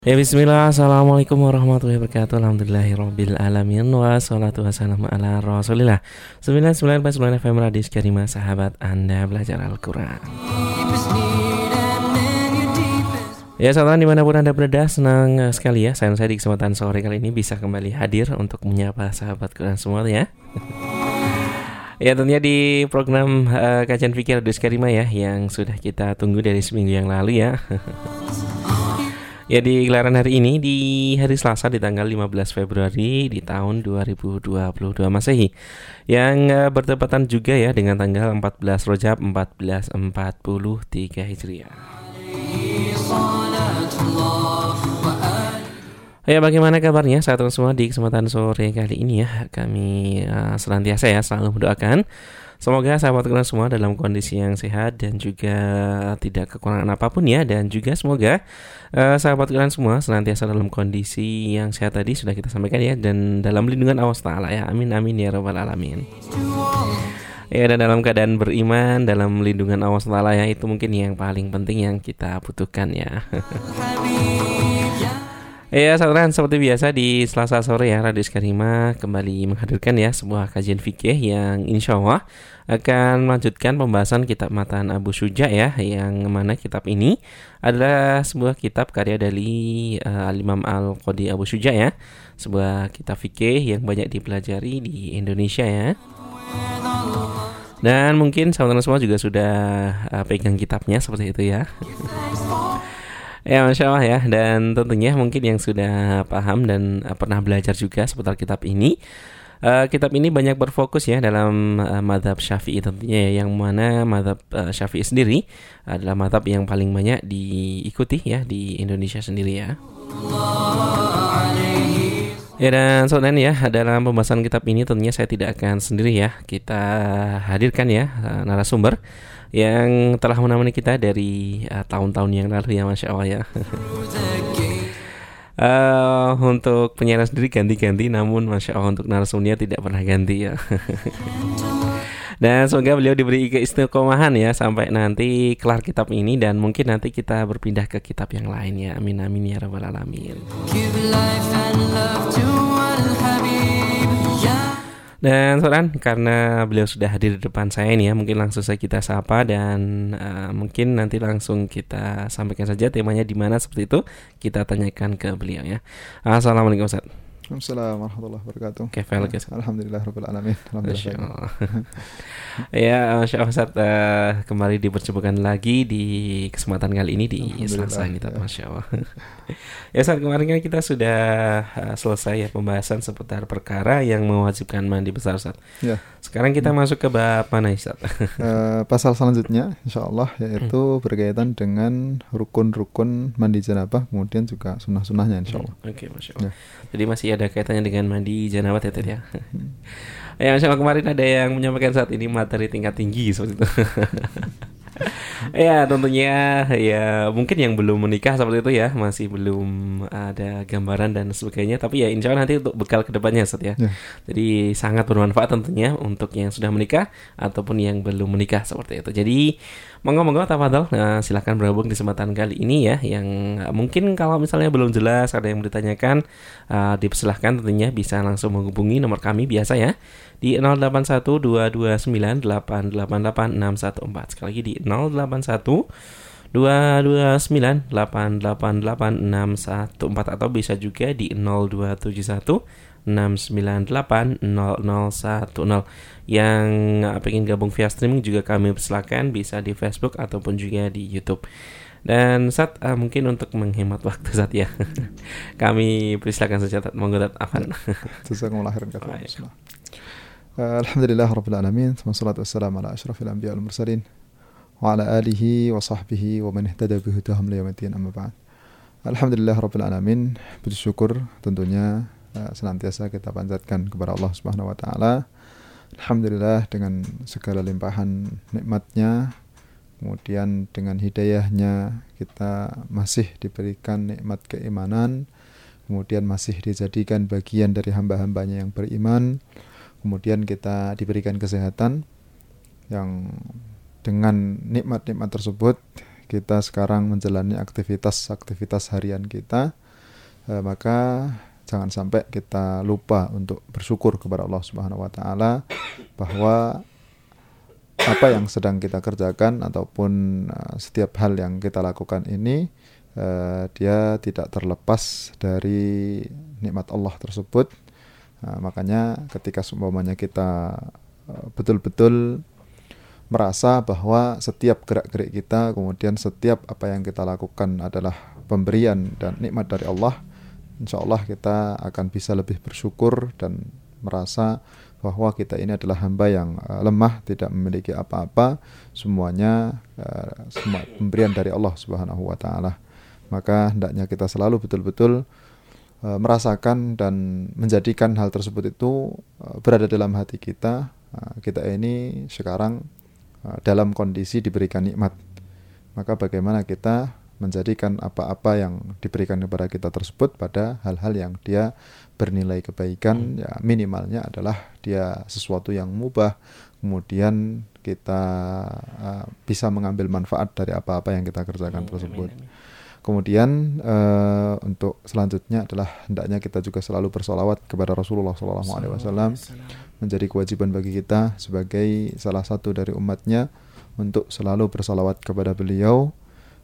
Ya bismillah, assalamualaikum warahmatullahi wabarakatuh. Alhamdulillahirabbil alamin wassalatu wassalamu ala rasulillah 99.9 FM Radio Karimah, sahabat Anda belajar Al-Quran. Ya sahabat dimanapun Anda berada, senang sekali ya saya di kesempatan sore kali ini bisa kembali hadir untuk menyapa sahabat Quran semua ya. Ya tentunya di program kajian fikih Radio Karimah ya, yang sudah kita tunggu dari seminggu yang lalu ya. Ya di gelaran hari ini di hari Selasa di tanggal 15 Februari di tahun 2022 Masehi, yang bertepatan juga ya dengan tanggal 14 Rajab 1443 Hijriah. Ya bagaimana kabarnya saat semua di kesempatan sore kali ini ya. Kami senantiasa ya selalu mendoakan semoga sahabat Quran semua dalam kondisi yang sehat dan juga tidak kekurangan apapun ya. Dan juga semoga sahabat Quran semua senantiasa dalam kondisi yang sehat tadi sudah kita sampaikan ya, dan dalam lindungan Allah Ta'ala ya. Amin amin ya rabbal alamin. Ya, dan dalam keadaan beriman dalam lindungan Allah Ta'ala ya, itu mungkin yang paling penting yang kita butuhkan ya. Ya saudara, seperti biasa di Selasa sore ya Radio Karimah kembali menghadirkan ya sebuah kajian fikih yang insya Allah akan melanjutkan pembahasan kitab Matan Abu Syuja ya, yang mana kitab ini adalah sebuah kitab karya dari Al-Imam Al-Qadi Abu Syuja ya, sebuah kitab fikih yang banyak dipelajari di Indonesia ya. Dan mungkin saudara semua juga sudah pegang kitabnya seperti itu ya. Ya Masya Allah ya. Dan tentunya mungkin yang sudah paham dan pernah belajar juga seputar kitab ini, kitab ini banyak berfokus ya dalam mazhab Syafi'i tentunya ya, yang mana mazhab Syafi'i sendiri adalah mazhab yang paling banyak diikuti ya di Indonesia sendiri ya. Ya dan saudara ya, dalam pembahasan kitab ini tentunya saya tidak akan sendiri ya. Kita hadirkan ya narasumber yang telah menemani kita dari tahun-tahun yang lalu ya, Masya Allah ya. Untuk penyiaran sendiri ganti-ganti, namun Masya Allah untuk narasumbernya tidak pernah ganti ya. Dan semoga beliau diberi keistiqomahan ya sampai nanti kelar kitab ini, dan mungkin nanti kita berpindah ke kitab yang lain ya. Amin amin ya rabbal alamin. Dan saudara, karena beliau sudah hadir di depan saya ini ya, mungkin langsung saja kita sapa dan mungkin nanti langsung kita sampaikan saja temanya di mana, seperti itu kita tanyakan ke beliau ya. Assalamualaikum Ustaz. Waalaikumsalam warahmatullahi wabarakatuh. Alhamdulillahirabbil alamin. Alhamdulillah. Ya, Masya Allah Ustaz, kembali dipertemukan lagi di kesempatan kali ini di Selasa kita, Masya Allah. Ya Ustaz, kemarin kan kita sudah selesai ya pembahasan seputar perkara yang mewajibkan mandi besar Ustaz. Ya. Sekarang kita masuk ke bab mana Ustaz? Pasal selanjutnya insyaallah yaitu berkaitan dengan rukun-rukun mandi janabah, kemudian juga sunnah-sunnahnya insyaallah. Oke, Masya Allah. Jadi masih ada kaitannya dengan mandi janabah ya. Ya Masya Allah, kemarin ada yang menyampaikan saat ini materi tingkat tinggi seperti itu. Ya tentunya ya mungkin yang belum menikah seperti itu ya, masih belum ada gambaran dan sebagainya. Tapi ya insya Allah nanti untuk bekal kedepannya Ustaz ya. Jadi sangat bermanfaat tentunya untuk yang sudah menikah ataupun yang belum menikah seperti itu. Jadi monggo tafadhol, silakan bergabung di kesempatan kali ini ya. Yang mungkin kalau misalnya belum jelas, ada yang ditanyakan, dipersilahkan tentunya bisa langsung menghubungi nomor kami biasa ya di 081229888614. Sekali lagi di 081229888614, atau bisa juga di 0271698010. Yang pengen gabung via streaming juga kami persilakan, bisa di Facebook ataupun juga di YouTube. Dan Ustaz, mungkin untuk menghemat waktu Ustaz ya, kami persilakan saja Ustaz, monggo Ustaz Afan. Jazakumullah khairan katsiran. Alhamdulillah rabbil alamin, wassalatu wassalamu ala asyrafil anbiya wal mursalin wa ala alihi wa sahbihi wa man ihtada bi hudahum ila yaumil amma ba'd. Alhamdulillah rabbil alamin, bersyukur tentunya senantiasa kita panjatkan kepada Allah Subhanahu wa taala. Alhamdulillah dengan segala limpahan nikmatnya, kemudian dengan hidayahnya kita masih diberikan nikmat keimanan, kemudian masih dijadikan bagian dari hamba-hambanya yang beriman, kemudian kita diberikan kesehatan yang dengan nikmat-nikmat tersebut kita sekarang menjalani aktivitas harian kita, maka jangan sampai kita lupa untuk bersyukur kepada Allah Subhanahu wa taala bahwa apa yang sedang kita kerjakan ataupun setiap hal yang kita lakukan ini dia tidak terlepas dari nikmat Allah tersebut. Makanya ketika seumpamanya kita betul-betul merasa bahwa setiap gerak-gerik kita, kemudian setiap apa yang kita lakukan adalah pemberian dan nikmat dari Allah, insya Allah kita akan bisa lebih bersyukur dan merasa bahwa kita ini adalah hamba yang lemah, tidak memiliki apa-apa, semuanya semua pemberian dari Allah Subhanahu wa taala. Maka hendaknya kita selalu betul-betul merasakan dan menjadikan hal tersebut itu berada dalam hati kita. Kita ini sekarang dalam kondisi diberikan nikmat, maka bagaimana kita menjadikan apa-apa yang diberikan kepada kita tersebut pada hal-hal yang dia bernilai kebaikan, ya minimalnya adalah dia sesuatu yang mubah, kemudian kita bisa mengambil manfaat dari apa-apa yang kita kerjakan tersebut. Kemudian untuk selanjutnya adalah hendaknya kita juga selalu bersolawat kepada Rasulullah SAW. Menjadi kewajiban bagi kita sebagai salah satu dari umatnya untuk selalu bersolawat kepada beliau,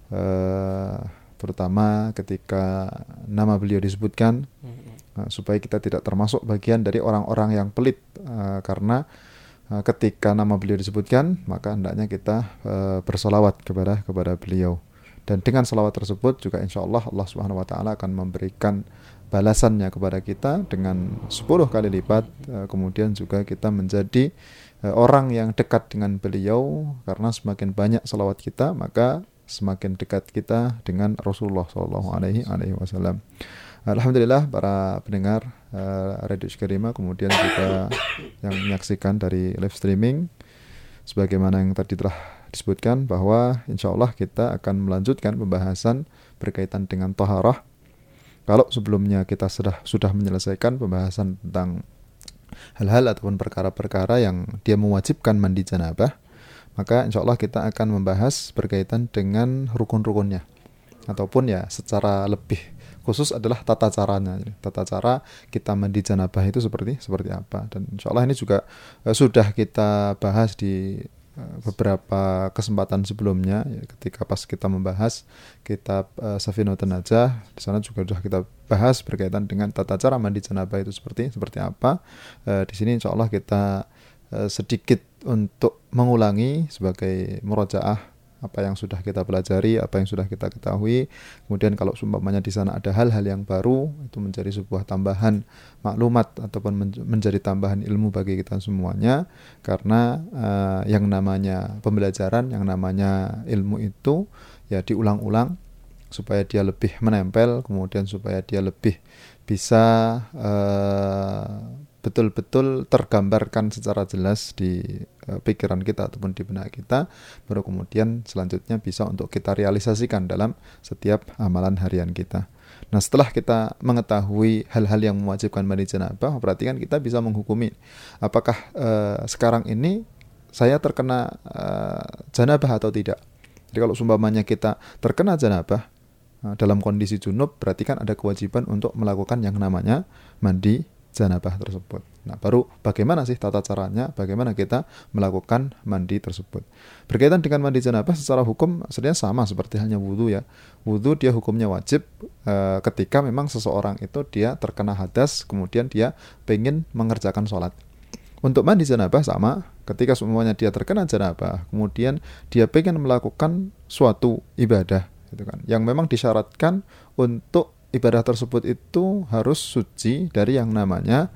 terutama ketika nama beliau disebutkan, supaya kita tidak termasuk bagian dari orang-orang yang pelit, karena ketika nama beliau disebutkan maka hendaknya kita bersolawat kepada beliau. Dan dengan salawat tersebut juga insya Allah Allah Subhanahu wa taala akan memberikan balasannya kepada kita dengan 10 kali lipat. Kemudian juga kita menjadi orang yang dekat dengan beliau, karena semakin banyak salawat kita maka semakin dekat kita dengan Rasulullah SAW. Alhamdulillah para pendengar Radio Sykarima, kemudian juga yang menyaksikan dari live streaming, sebagaimana yang tadi telah disebutkan bahwa insya Allah kita akan melanjutkan pembahasan berkaitan dengan taharah. Kalau sebelumnya kita sudah menyelesaikan pembahasan tentang hal-hal ataupun perkara-perkara yang dia mewajibkan mandi janabah, maka insya Allah kita akan membahas berkaitan dengan rukun-rukunnya, ataupun ya secara lebih khusus adalah tata caranya. Tata cara kita mandi janabah itu seperti apa. Dan insya Allah ini juga sudah kita bahas di beberapa kesempatan sebelumnya, ya, ketika pas kita membahas kitab Safinatun Najah, di sana juga sudah kita bahas berkaitan dengan tata cara mandi janabah itu seperti apa. Di sini insya Allah kita sedikit untuk mengulangi sebagai murojaah apa yang sudah kita pelajari, apa yang sudah kita ketahui. Kemudian kalau seumpamanya di sana ada hal-hal yang baru, itu menjadi sebuah tambahan maklumat ataupun menjadi tambahan ilmu bagi kita semuanya. Karena yang namanya pembelajaran, yang namanya ilmu itu ya diulang-ulang supaya dia lebih menempel, kemudian supaya dia lebih bisa betul-betul tergambarkan secara jelas di pikiran kita ataupun di benak kita, baru kemudian selanjutnya bisa untuk kita realisasikan dalam setiap amalan harian kita. Nah, setelah kita mengetahui hal-hal yang mewajibkan mandi janabah, berarti kan kita bisa menghukumi apakah sekarang ini saya terkena janabah atau tidak. Jadi kalau seumpamanya kita terkena janabah dalam kondisi junub, berarti kan ada kewajiban untuk melakukan yang namanya mandi janabah tersebut. Nah, baru bagaimana sih tata caranya, bagaimana kita melakukan mandi tersebut. Berkaitan dengan mandi janabah secara hukum sebenarnya sama seperti halnya wudu ya. Wudu dia hukumnya wajib ketika memang seseorang itu dia terkena hadas, kemudian dia pengen mengerjakan sholat. Untuk mandi janabah sama, ketika semuanya dia terkena janabah, kemudian dia pengen melakukan suatu ibadah, gitu kan, yang memang disyaratkan untuk ibadah tersebut itu harus suci dari yang namanya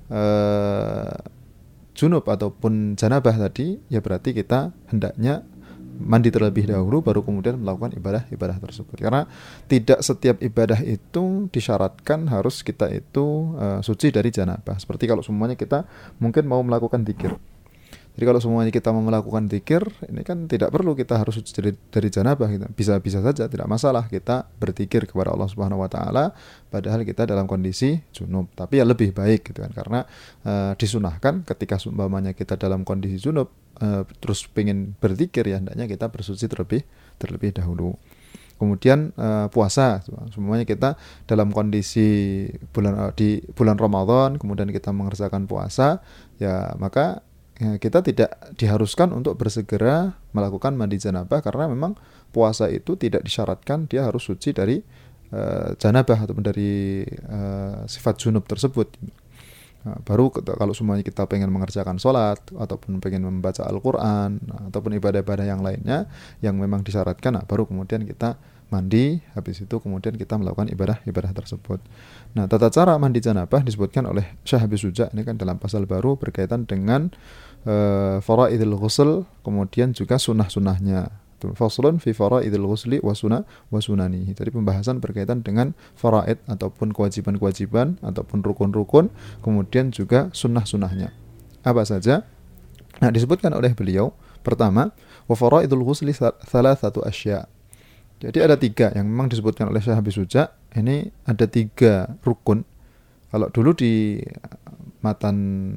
junub ataupun janabah tadi, ya berarti kita hendaknya mandi terlebih dahulu baru kemudian melakukan ibadah tersebut. Karena tidak setiap ibadah itu disyaratkan harus kita itu suci dari janabah. Seperti kalau semuanya kita mungkin mau melakukan dzikir. Jadi kalau semuanya kita mau melakukan dzikir, ini kan tidak perlu kita harus suci dari janabah. Bisa saja, tidak masalah kita berzikir kepada Allah Subhanahu Wa Taala, padahal kita dalam kondisi junub. Tapi ya lebih baik gitu kan, karena disunahkan ketika umpamanya kita dalam kondisi junub, terus pengen berzikir, ya hendaknya kita bersuci terlebih dahulu. kemudian puasa. Semuanya kita dalam kondisi di bulan Ramadan, kemudian kita mengerjakan puasa, ya maka kita tidak diharuskan untuk bersegera melakukan mandi janabah, karena memang puasa itu tidak disyaratkan dia harus suci dari janabah ataupun dari sifat junub tersebut. Baru kalau semuanya kita pengen mengerjakan sholat ataupun pengen membaca Al-Quran ataupun ibadah-ibadah yang lainnya yang memang disyaratkan, baru kemudian kita mandi, habis itu kemudian kita melakukan ibadah-ibadah tersebut. Nah, tata cara mandi janabah disebutkan oleh Syekh Habib Suja ini kan dalam pasal baru berkaitan dengan faraidul ghusl, kemudian juga sunnah-sunnahnya. Faslun fi faraidil ghusli wa sunanihi. Jadi pembahasan berkaitan dengan faraid ataupun kewajiban-kewajiban ataupun rukun-rukun, kemudian juga sunnah-sunnahnya. Apa saja? Nah, disebutkan oleh beliau, pertama, wa faraidul ghusli thalathatu asya'. Jadi ada 3 yang memang disebutkan oleh Syekh Habib Suja. Ini ada 3 rukun. Kalau dulu di matan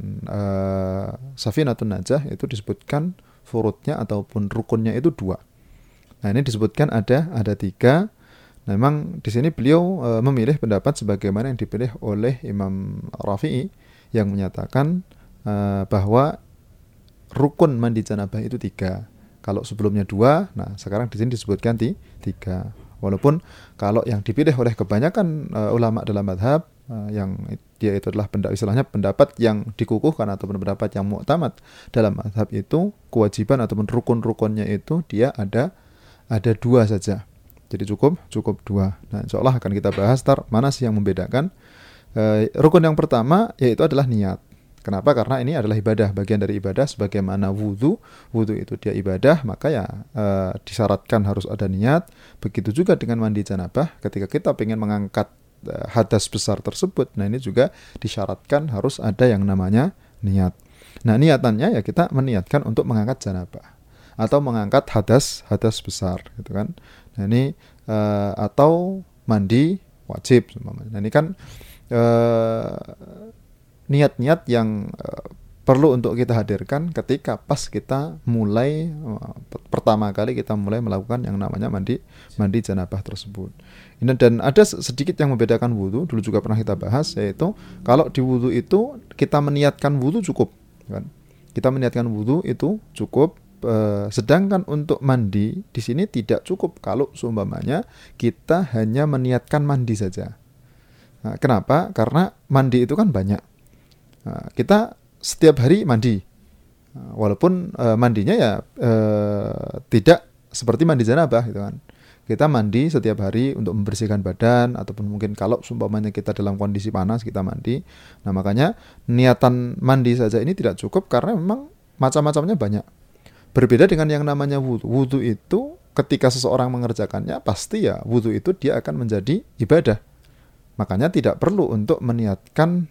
Safinatun Najah itu disebutkan furudnya ataupun rukunnya itu 2. Nah, ini disebutkan ada 3. Nah, memang di sini beliau memilih pendapat sebagaimana yang dipilih oleh Imam Rafi'i yang menyatakan bahwa rukun mandi janabah itu 3. Kalau sebelumnya 2, nah sekarang di sini disebutkan 3. Walaupun kalau yang dipilih oleh kebanyakan ulama dalam madhab, yang dia itu adalah istilahnya pendapat yang dikukuhkan ataupun pendapat yang mu'tamad dalam madhab itu, kewajiban ataupun rukun-rukunnya itu dia ada 2 saja. Jadi cukup 2. Nah, insyaallah akan kita bahas mana sih yang membedakan. Rukun yang pertama yaitu adalah niat. Kenapa? Karena ini adalah ibadah, bagian dari ibadah sebagaimana wudu. Wudu itu dia ibadah, maka ya disyaratkan harus ada niat. Begitu juga dengan mandi janabah, ketika kita ingin mengangkat hadas besar tersebut, nah ini juga disyaratkan harus ada yang namanya niat. Nah, niatannya ya kita meniatkan untuk mengangkat janabah atau mengangkat hadas besar, gitu kan. Nah, ini atau mandi wajib. Nah, ini kan niat-niat yang perlu untuk kita hadirkan ketika pas kita mulai pertama kali kita mulai melakukan yang namanya mandi janabah tersebut. Ini, dan ada sedikit yang membedakan wudu, dulu juga pernah kita bahas, yaitu kalau di wudu itu kita meniatkan wudu cukup, kan? Kita meniatkan wudu itu cukup, sedangkan untuk mandi di sini tidak cukup kalau seumpamanya kita hanya meniatkan mandi saja. Nah, kenapa? Karena mandi itu kan banyak. Nah, kita setiap hari mandi, walaupun mandinya ya tidak seperti mandi janabah, gitu kan. Kita mandi setiap hari untuk membersihkan badan, ataupun mungkin kalau seumpamanya kita dalam kondisi panas kita mandi. Nah, makanya niatan mandi saja ini tidak cukup karena memang macam-macamnya banyak. Berbeda dengan yang namanya wudu. Wudu itu ketika seseorang mengerjakannya pasti ya wudu itu dia akan menjadi ibadah. Makanya tidak perlu untuk meniatkan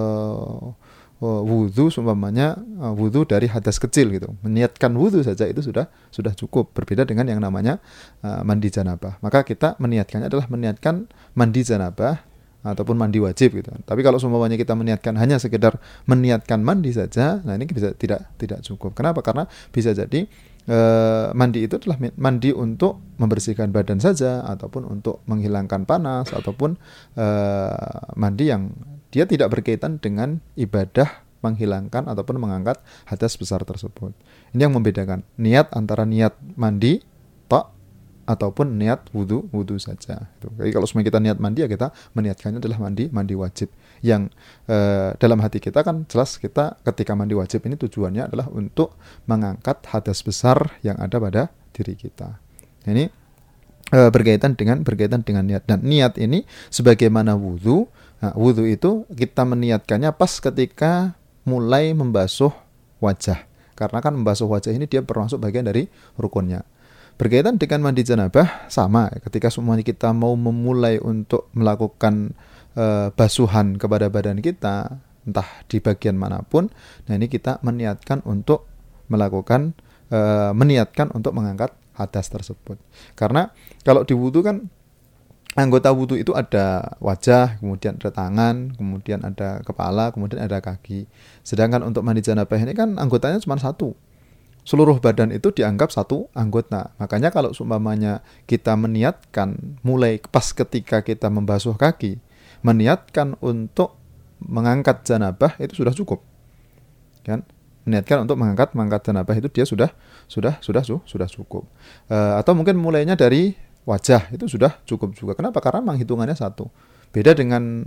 wudu seumpamanya wudu dari hadas kecil gitu. Meniatkan wudu saja itu sudah cukup. Berbeda dengan yang namanya mandi janabah. Maka kita meniatkannya adalah meniatkan mandi janabah ataupun mandi wajib gitu. Tapi kalau seumpamanya kita meniatkan hanya sekedar meniatkan mandi saja, nah ini bisa tidak cukup. Kenapa? Karena bisa jadi mandi itu adalah mandi untuk membersihkan badan saja, ataupun untuk menghilangkan panas, ataupun mandi yang dia tidak berkaitan dengan ibadah menghilangkan ataupun mengangkat hadas besar tersebut. Ini yang membedakan niat antara niat mandi ataupun niat wudu saja. Jadi kalau semua kita niat mandi, ya kita meniatkannya adalah mandi wajib. Yang dalam hati kita kan jelas kita ketika mandi wajib ini tujuannya adalah untuk mengangkat hadas besar yang ada pada diri kita. Ini berkaitan dengan niat. Dan niat ini sebagaimana wudu. Nah, wudu itu kita meniatkannya pas ketika mulai membasuh wajah. Karena kan membasuh wajah ini dia termasuk bagian dari rukunnya. Berkaitan dengan mandi janabah sama, ketika semuanya kita mau memulai untuk melakukan basuhan kepada badan kita, entah di bagian manapun, nah ini kita meniatkan untuk melakukan meniatkan untuk mengangkat hadas tersebut. Karena kalau di wudu kan anggota wudu itu ada wajah, kemudian ada tangan, kemudian ada kepala, kemudian ada kaki. Sedangkan untuk mandi janabah ini kan anggotanya cuma satu. seluruh badan itu dianggap satu anggota. Makanya kalau seumpamanya kita meniatkan mulai pas ketika kita membasuh kaki, meniatkan untuk mengangkat janabah itu sudah cukup. Kan? Meniatkan untuk mengangkat janabah itu dia sudah cukup. Atau mungkin mulainya dari wajah itu sudah cukup juga. Kenapa? Karena memang hitungannya satu. Beda dengan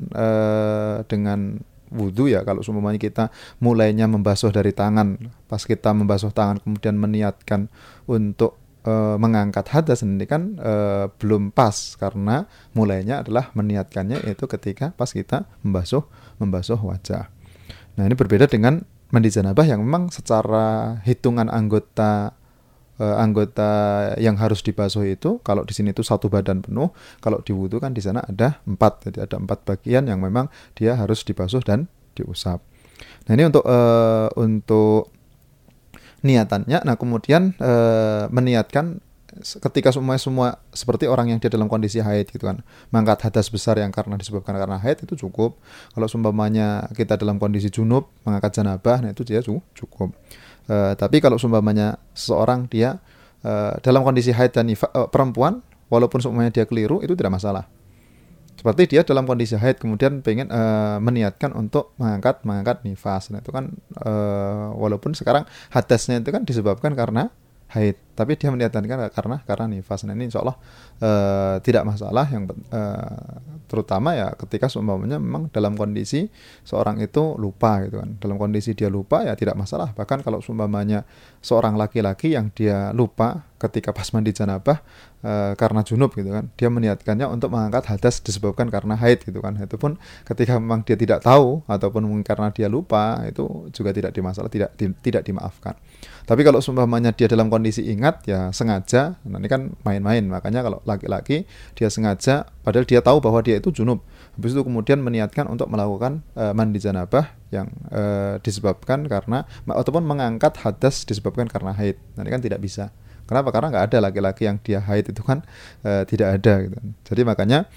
wudhu ya. Kalau seumpamanya kita mulainya membasuh dari tangan, pas kita membasuh tangan kemudian meniatkan untuk mengangkat hadas, ini kan belum pas, karena mulainya adalah meniatkannya itu ketika pas kita membasuh wajah. Nah, ini berbeda dengan mandi janabah yang memang secara hitungan anggota yang harus dibasuh itu, kalau di sini itu satu badan penuh, kalau di wudu kan di sana ada 4, jadi ada 4 bagian yang memang dia harus dibasuh dan diusap. Nah, ini untuk niatannya. Nah, kemudian meniatkan ketika semua seperti orang yang dia dalam kondisi haid gitu kan, mengangkat hadas besar yang disebabkan karena haid itu cukup. Kalau seumpamanya kita dalam kondisi junub mengangkat janabah, nah itu dia cukup. Tapi kalau seumpamanya seseorang dia dalam kondisi haid dan perempuan, walaupun seumpamanya dia keliru itu tidak masalah. Seperti dia dalam kondisi haid kemudian pengen meniatkan untuk mengangkat nifas, nah itu kan walaupun sekarang hadasnya itu kan disebabkan karena haid, tapi dia meniatkan karena nifas. Nah, ini insya Allah tidak masalah. Yang terutama ya ketika seumpamanya memang dalam kondisi seorang itu lupa gitu kan. Dalam kondisi dia lupa ya tidak masalah. Bahkan kalau seumpamanya seorang laki-laki yang dia lupa ketika pas mandi janabah karena junub gitu kan, dia meniatkannya untuk mengangkat hadas disebabkan karena haid gitu kan. Itu pun ketika memang dia tidak tahu ataupun mungkin karena dia lupa, itu juga tidak dimasalah, tidak dimaafkan. Tapi kalau seumpamanya dia dalam kondisi ingat ya sengaja, nah ini kan main-main. Makanya kalau laki-laki dia sengaja padahal dia tahu bahwa dia itu junub, habis itu kemudian meniatkan untuk melakukan mandi janabah yang disebabkan karena ataupun mengangkat hadas disebabkan karena haid. Nah, ini kan tidak bisa. Kenapa? Karena nggak ada laki-laki yang dia haid itu kan tidak ada gitu. Jadi makanya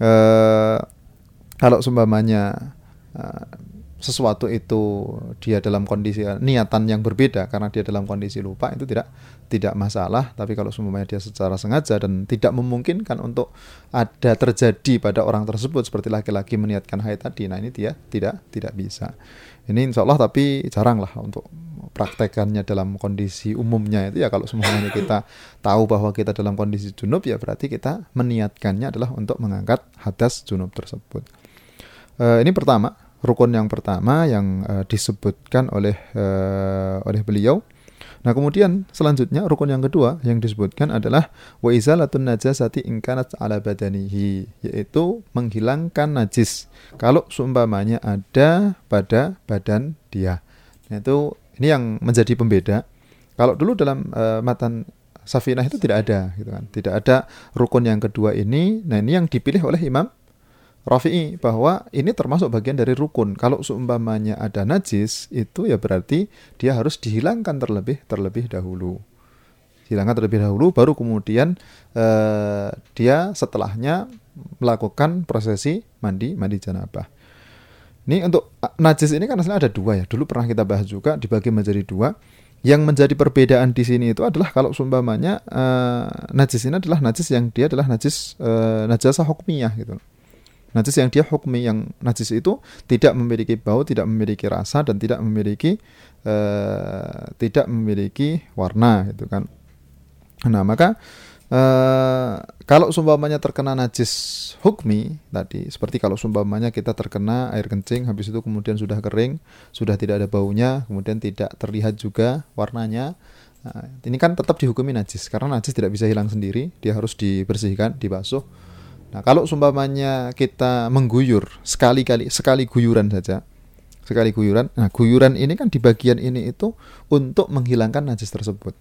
kalau seumpamanya sesuatu itu dia dalam kondisi niatan yang berbeda karena dia dalam kondisi lupa, itu tidak masalah. Tapi kalau seumpamanya dia secara sengaja dan tidak memungkinkan untuk ada terjadi pada orang tersebut seperti laki-laki meniatkan haid tadi, nah ini dia tidak bisa. Ini insya Allah tapi jarang lah untuk praktekannya dalam kondisi umumnya itu ya. Kalau semuanya kita tahu bahwa kita dalam kondisi junub ya berarti kita meniatkannya adalah untuk mengangkat hadas junub tersebut. Ini pertama, rukun yang pertama yang disebutkan oleh beliau. Nah, kemudian selanjutnya rukun yang kedua yang disebutkan adalah wa izalatun najasati in kanat ala badanihi, yaitu menghilangkan najis kalau seumpamanya ada pada badan dia. Nah, ini yang menjadi pembeda. Kalau dulu dalam matan Safinah itu tidak ada gitu kan. Tidak ada rukun yang kedua ini. Nah, ini yang dipilih oleh Imam Rafi'i bahwa ini termasuk bagian dari rukun. Kalau seumpamanya ada najis itu ya berarti dia harus dihilangkan terlebih dahulu. Hilangkan terlebih dahulu baru kemudian dia setelahnya melakukan prosesi mandi janabah. Ini untuk najis ini kan asalnya ada 2 ya. Dulu pernah kita bahas juga dibagi menjadi 2. Yang menjadi perbedaan di sini itu adalah kalau seumpamanya najis ini adalah najis yang dia adalah najasah hukmiyah gitu. Najis yang dia hukmi, yang najis itu tidak memiliki bau, tidak memiliki rasa, dan tidak memiliki warna, gitu kan. Nah, maka kalau seumpamanya terkena najis hukmi tadi, seperti kalau seumpamanya kita terkena air kencing, habis itu kemudian sudah kering, sudah tidak ada baunya, kemudian tidak terlihat juga warnanya, nah, ini kan tetap dihukumi najis, karena najis tidak bisa hilang sendiri, dia harus dibersihkan, dibasuh. Nah, kalau seumpamanya kita mengguyur sekali guyuran saja, nah guyuran ini kan di bagian ini itu untuk menghilangkan najis tersebut.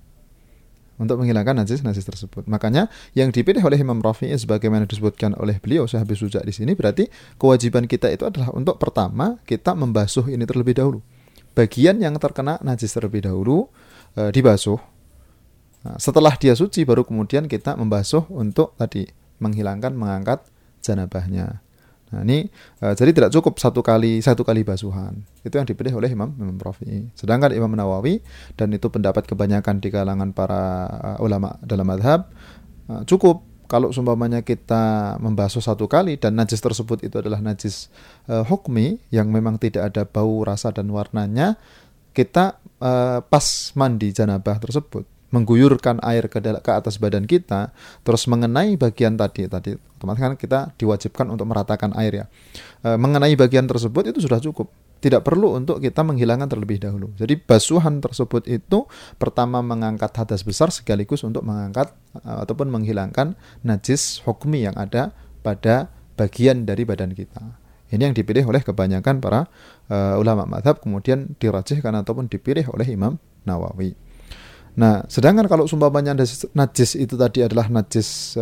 Makanya yang dipilih oleh Imam Rafi'i sebagaimana disebutkan oleh beliau Syekh Habib Suja di sini, berarti kewajiban kita itu adalah untuk pertama kita membasuh ini terlebih dahulu. Bagian yang terkena najis terlebih dahulu dibasuh. Nah, setelah dia suci baru kemudian kita membasuh untuk tadi mengangkat janabahnya. Nah, Nah, ini jadi tidak cukup satu kali basuhan. Itu yang dipilih oleh Imam Rafi'i. Sedangkan Imam Nawawi, dan itu pendapat kebanyakan di kalangan para ulama dalam mazhab, cukup kalau seumpamanya kita membasuh satu kali dan najis tersebut itu adalah najis hukmi yang memang tidak ada bau, rasa dan warnanya, kita pas mandi janabah tersebut mengguyurkan air ke atas badan kita, terus mengenai bagian tadi otomatis kan kita diwajibkan untuk meratakan air ya. Mengenai bagian tersebut itu sudah cukup. Tidak perlu untuk kita menghilangkan terlebih dahulu. Jadi basuhan tersebut itu pertama mengangkat hadas besar sekaligus untuk mengangkat ataupun menghilangkan najis hukmi yang ada pada bagian dari badan kita. Ini yang dipilih oleh kebanyakan para ulama mazhab, kemudian dirajihkan ataupun dipilih oleh Imam Nawawi. Nah, sedangkan kalau sumpamanya najis itu tadi adalah najis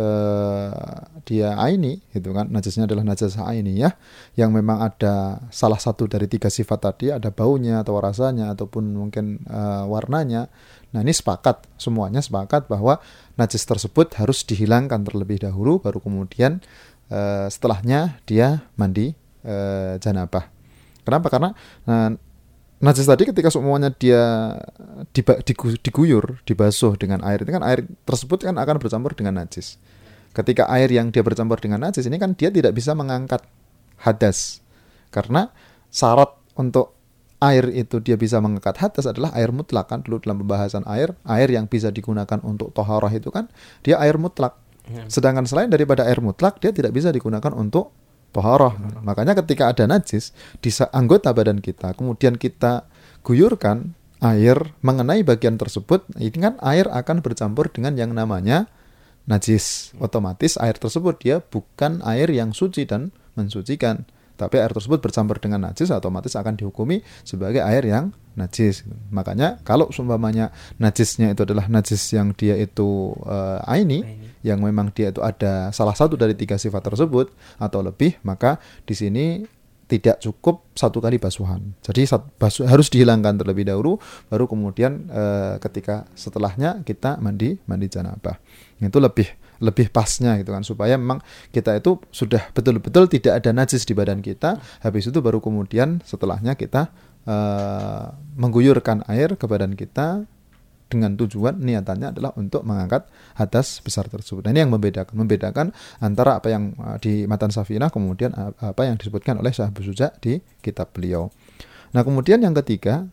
dia aini, gitu kan? Najisnya adalah najis aini ya, yang memang ada salah satu dari 3 sifat tadi, ada baunya atau rasanya ataupun mungkin warnanya. Nah, ini semuanya sepakat bahwa najis tersebut harus dihilangkan terlebih dahulu, baru kemudian setelahnya dia mandi janabah. Kenapa? Karena najis tadi ketika semuanya dia diguyur, dibasuh dengan air, itu kan air tersebut kan akan bercampur dengan najis. Ketika air yang dia bercampur dengan najis ini kan dia tidak bisa mengangkat hadas. Karena syarat untuk air itu dia bisa mengangkat hadas adalah air mutlak, kan dulu dalam pembahasan air yang bisa digunakan untuk toharah itu kan dia air mutlak. Sedangkan selain daripada air mutlak dia tidak bisa digunakan untuk toharah. Makanya ketika ada najis di anggota badan kita, kemudian kita guyurkan air mengenai bagian tersebut, ini kan air akan bercampur dengan yang namanya najis. Otomatis air tersebut dia bukan air yang suci dan mensucikan, tapi air tersebut bercampur dengan najis, otomatis akan dihukumi sebagai air yang najis. Makanya kalau seumpamanya najisnya itu adalah najis yang dia itu aini, yang memang dia itu ada salah satu dari 3 sifat tersebut atau lebih, maka di sini tidak cukup satu kali basuhan. Jadi harus dihilangkan terlebih dahulu, baru kemudian ketika setelahnya kita mandi janabah. Itu lebih pasnya gitu kan, supaya memang kita itu sudah betul-betul tidak ada najis di badan kita. Habis itu baru kemudian setelahnya kita mengguyurkan air ke badan kita dengan tujuan niatannya adalah untuk mengangkat hadas besar tersebut. Nah, ini yang membedakan antara apa yang di Matan Safinah kemudian apa yang disebutkan oleh Syekh Abu Suja di kitab beliau. Nah, kemudian yang ketiga,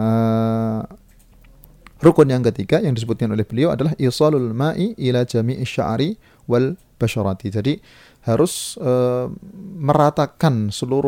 rukun yang ketiga yang disebutkan oleh beliau adalah isalul ma'i ila jami'i sya'ri wal basyarati. Jadi harus meratakan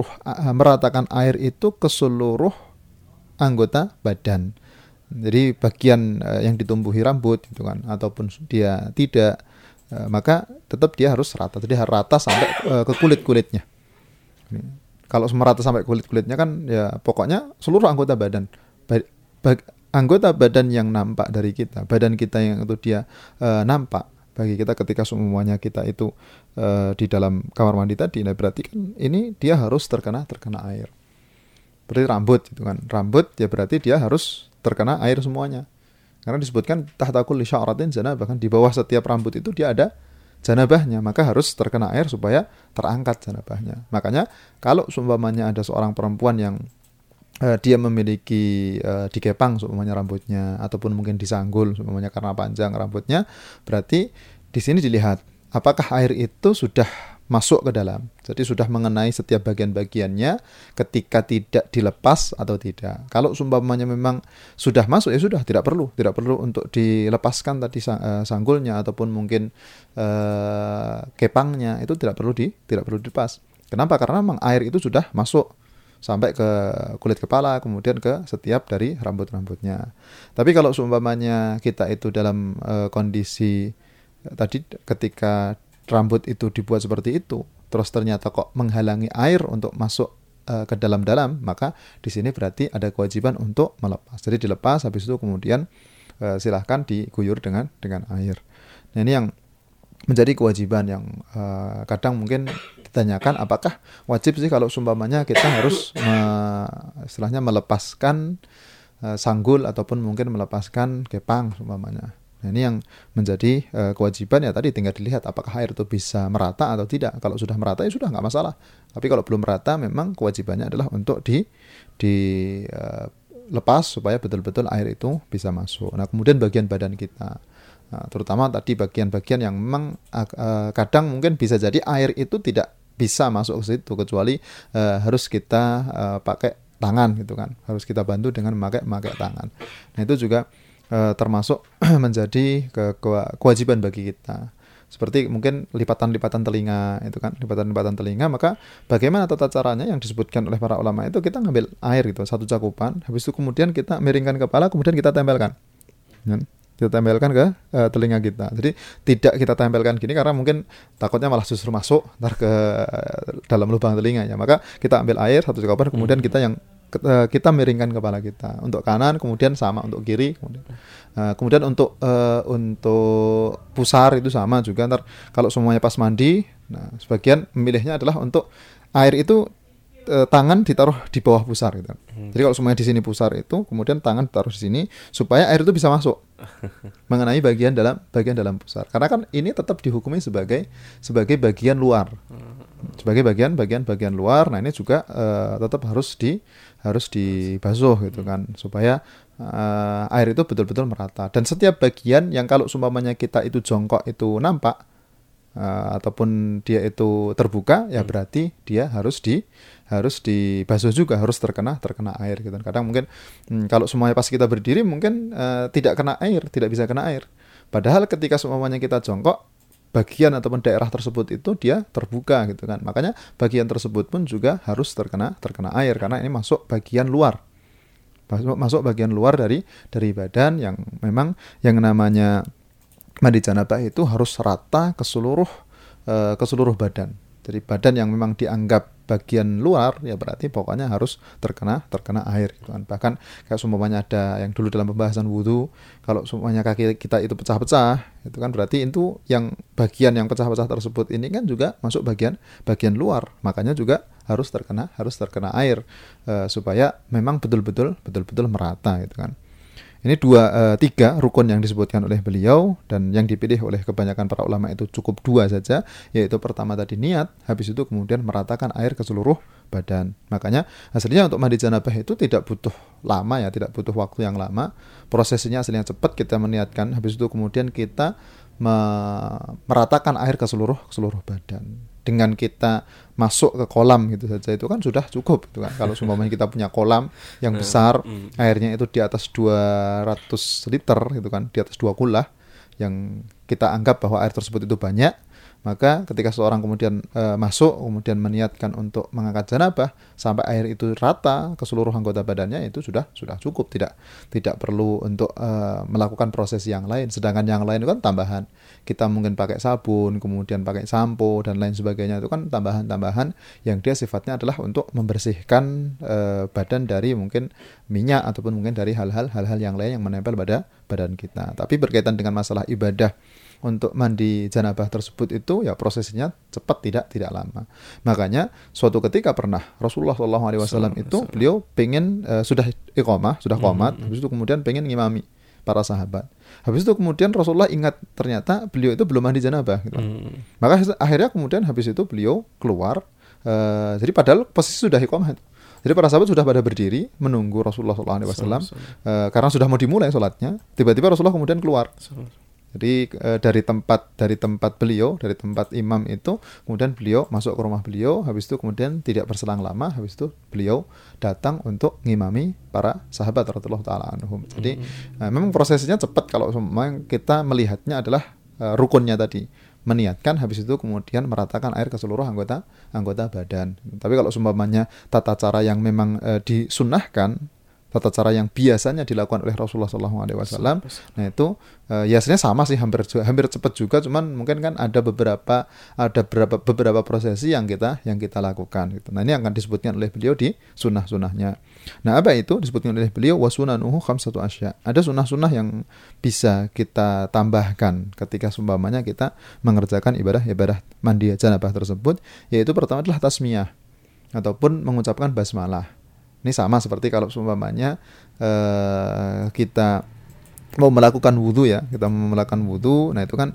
air itu ke seluruh anggota badan. Jadi bagian yang ditumbuhi rambut gitu kan, ataupun dia tidak, maka tetap dia harus rata. Jadi harus rata sampai ke kulit-kulitnya. Kalau merata sampai kulit-kulitnya kan ya pokoknya seluruh anggota badan. Anggota badan yang nampak dari kita, badan kita yang itu dia nampak bagi kita ketika semuanya kita itu di dalam kamar mandi tadi. Nah, berarti kan ini dia harus terkena air. Berarti rambut gitu kan. Rambut ya berarti dia harus terkena air semuanya. Karena disebutkan tahta kulli sya'ratin janabah, kan di bawah setiap rambut itu dia ada janabahnya, maka harus terkena air supaya terangkat janabahnya. Makanya kalau seumpamanya ada seorang perempuan yang dia memiliki dikepang seumpamanya rambutnya, ataupun mungkin disanggul seumpamanya karena panjang rambutnya, berarti di sini dilihat apakah air itu sudah masuk ke dalam, jadi sudah mengenai setiap bagian-bagiannya ketika tidak dilepas atau tidak. Kalau seumpamanya memang sudah masuk ya sudah, tidak perlu untuk dilepaskan tadi sanggulnya ataupun mungkin kepangnya, itu tidak perlu dilepas. Kenapa? Karena memang air itu sudah masuk sampai ke kulit kepala, kemudian ke setiap dari rambut-rambutnya. Tapi kalau seumpamanya kita itu dalam kondisi tadi ketika rambut itu dibuat seperti itu, terus ternyata kok menghalangi air untuk masuk ke dalam-dalam, maka di sini berarti ada kewajiban untuk melepas. Jadi dilepas, habis itu kemudian silahkan diguyur dengan air. Nah, ini yang menjadi kewajiban yang kadang mungkin ditanyakan, apakah wajib sih kalau seumpamanya kita harus istilahnya melepaskan sanggul ataupun mungkin melepaskan kepang seumpamanya. Nah, Nah, ini yang menjadi kewajiban ya tadi, tinggal dilihat apakah air itu bisa merata atau tidak. Kalau sudah merata ya sudah nggak masalah. Tapi kalau belum merata memang kewajibannya adalah untuk lepas supaya betul-betul air itu bisa masuk. Nah, kemudian bagian badan kita, nah, terutama tadi bagian-bagian yang memang kadang mungkin bisa jadi air itu tidak bisa masuk ke situ kecuali harus kita pakai tangan gitu kan. Harus kita bantu dengan memakai tangan. Nah, itu juga termasuk menjadi kewajiban bagi kita. Seperti mungkin lipatan-lipatan telinga itu kan, lipatan-lipatan telinga, maka bagaimana tata caranya yang disebutkan oleh para ulama itu, kita ngambil air gitu, satu cakupan, habis itu kemudian kita miringkan kepala, kemudian kita tempelkan. Kita tempelkan ke telinga kita. Jadi tidak kita tempelkan gini karena mungkin takutnya malah justru masuk ntar ke dalam lubang telinganya. Maka kita ambil air satu cakupan, kemudian kita miringkan kepala kita untuk kanan, kemudian sama untuk kiri, kemudian untuk pusar itu sama juga. Ntar kalau semuanya pas mandi, nah sebagian memilihnya adalah untuk air itu tangan ditaruh di bawah pusar gitu. Jadi kalau semuanya di sini pusar itu, kemudian tangan ditaruh di sini supaya air itu bisa masuk mengenai bagian dalam pusar. Karena kan ini tetap dihukumi sebagai bagian luar. Sebagai bagian luar. Nah, ini juga tetap harus dibasuh gitu kan, supaya air itu betul-betul merata. Dan setiap bagian yang kalau seumpamanya kita itu jongkok itu nampak ataupun dia itu terbuka, ya berarti dia harus dibasuh juga, harus terkena air gitu. Kadang mungkin kalau semuanya pas kita berdiri mungkin tidak bisa kena air. Padahal ketika seumpamanya kita jongkok, bagian ataupun daerah tersebut itu dia terbuka gitu kan. Makanya bagian tersebut pun juga harus terkena air karena ini masuk bagian luar. Masuk bagian luar dari badan yang memang yang namanya mandi janabah itu harus rata ke seluruh badan. Jadi badan yang memang dianggap bagian luar ya berarti pokoknya harus terkena air gitu kan. Bahkan kayak seumpamanya ada yang dulu dalam pembahasan wudu, kalau seumpamanya kaki kita itu pecah-pecah, itu kan berarti itu yang bagian yang pecah-pecah tersebut ini kan juga masuk bagian luar. Makanya juga harus terkena air supaya memang betul-betul merata gitu kan. Ini 3 rukun yang disebutkan oleh beliau, dan yang dipilih oleh kebanyakan para ulama itu cukup 2 saja, yaitu pertama tadi niat, habis itu kemudian meratakan air ke seluruh badan. Makanya hasilnya untuk mandi janabah itu tidak butuh lama ya, tidak butuh waktu yang lama. Prosesnya hasilnya cepat, kita meniatkan, habis itu kemudian kita meratakan air ke seluruh badan. Dengan kita masuk ke kolam gitu saja itu kan sudah cukup gitu kan. Kalau seumpamanya kita punya kolam yang besar, airnya itu di atas 200 liter gitu kan, di atas 2 kulah, yang kita anggap bahwa air tersebut itu banyak, maka ketika seorang kemudian masuk, kemudian meniatkan untuk mengangkat janabah sampai air itu rata ke seluruh anggota badannya, itu sudah cukup, tidak perlu untuk melakukan proses yang lain. Sedangkan yang lain itu kan tambahan. Kita mungkin pakai sabun, kemudian pakai sampo dan lain sebagainya, itu kan tambahan-tambahan yang dia sifatnya adalah untuk membersihkan badan dari mungkin minyak ataupun mungkin dari hal-hal yang lain yang menempel pada badan kita. Tapi berkaitan dengan masalah ibadah untuk mandi janabah tersebut itu ya prosesnya cepat, tidak lama. Makanya suatu ketika pernah Rasulullah SAW itu beliau pengen sudah iqamah, sudah qomat, habis itu kemudian pengen ngimami para sahabat. Habis itu kemudian Rasulullah ingat ternyata beliau itu belum mandi janabah gitu. Maka akhirnya kemudian habis itu beliau keluar, jadi padahal posisi sudah iqamah. Jadi para sahabat sudah pada berdiri menunggu Rasulullah SAW karena sudah mau dimulai sholatnya. Tiba-tiba Rasulullah kemudian keluar. Jadi dari tempat beliau, dari tempat imam itu, kemudian beliau masuk ke rumah beliau, habis itu kemudian tidak berselang lama, habis itu beliau datang untuk ngimami para sahabat radhiyallahu taala anhum. Jadi memang prosesnya cepat kalau memang kita melihatnya adalah rukunnya tadi, meniatkan, habis itu kemudian meratakan air ke seluruh anggota badan. Tapi kalau seumpamanya tata cara yang memang disunnahkan, tata cara yang biasanya dilakukan oleh Rasulullah SAW, nah itu ya sebenarnya sama sih, hampir cepat juga, cuman mungkin kan ada beberapa prosesi yang kita lakukan gitu. Nah ini akan disebutkan oleh beliau di sunnah-sunnahnya. Nah apa itu disebutkan oleh beliau, wasunanuhu khamsatu asya. Ada sunnah-sunnah yang bisa kita tambahkan ketika seumpamanya kita mengerjakan ibadah mandi janabah tersebut, yaitu pertama adalah tasmiyah ataupun mengucapkan basmalah. Ini sama seperti kalau seumpamanya kita mau melakukan wudhu ya, kita mau melakukan wudhu, nah itu kan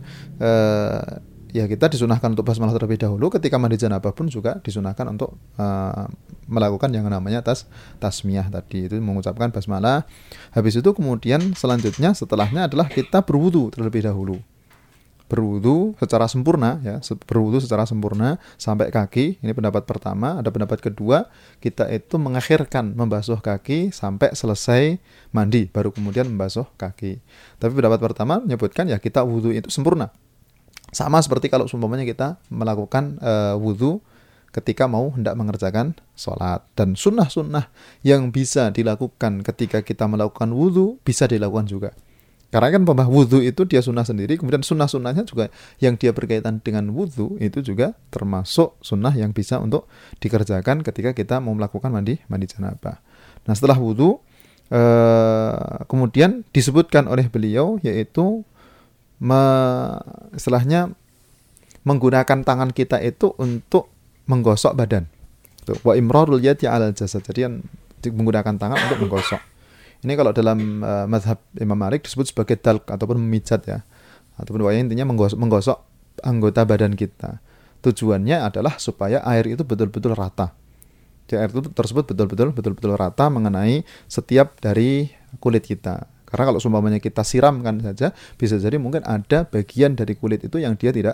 ya kita disunahkan untuk basmalah terlebih dahulu. Ketika mandi janabah pun juga disunahkan untuk melakukan yang namanya tasmiyah tadi, itu mengucapkan basmalah. Habis itu kemudian selanjutnya setelahnya adalah kita berwudhu terlebih dahulu. Berwudhu secara sempurna ya, berwudhu secara sempurna sampai kaki. Ini pendapat pertama. Ada pendapat kedua, kita itu mengakhirkan membasuh kaki sampai selesai mandi, baru kemudian membasuh kaki. Tapi pendapat pertama menyebutkan ya kita wudhu itu sempurna. Sama seperti kalau umpamanya kita melakukan wudhu ketika mau hendak mengerjakan sholat. Dan sunnah-sunnah yang bisa dilakukan ketika kita melakukan wudhu bisa dilakukan juga. Karena kan wudhu itu dia sunnah sendiri, kemudian sunnah-sunnahnya juga yang dia berkaitan dengan wudhu itu juga termasuk sunnah yang bisa untuk dikerjakan ketika kita mau melakukan mandi janabah. Nah setelah wudhu kemudian disebutkan oleh beliau yaitu istilahnya menggunakan tangan kita itu untuk menggosok badan. Wa imrarul yadi 'alal jasad. Jadi menggunakan tangan untuk menggosok. Ini kalau dalam mazhab Imam Malik disebut sebagai dalq ataupun memijat ya. Ataupun intinya menggosok anggota badan kita. Tujuannya adalah supaya air itu betul-betul rata. Jadi air itu tersebut betul-betul rata mengenai setiap dari kulit kita. Karena kalau seumpamanya kita siramkan saja, bisa jadi mungkin ada bagian dari kulit itu yang dia tidak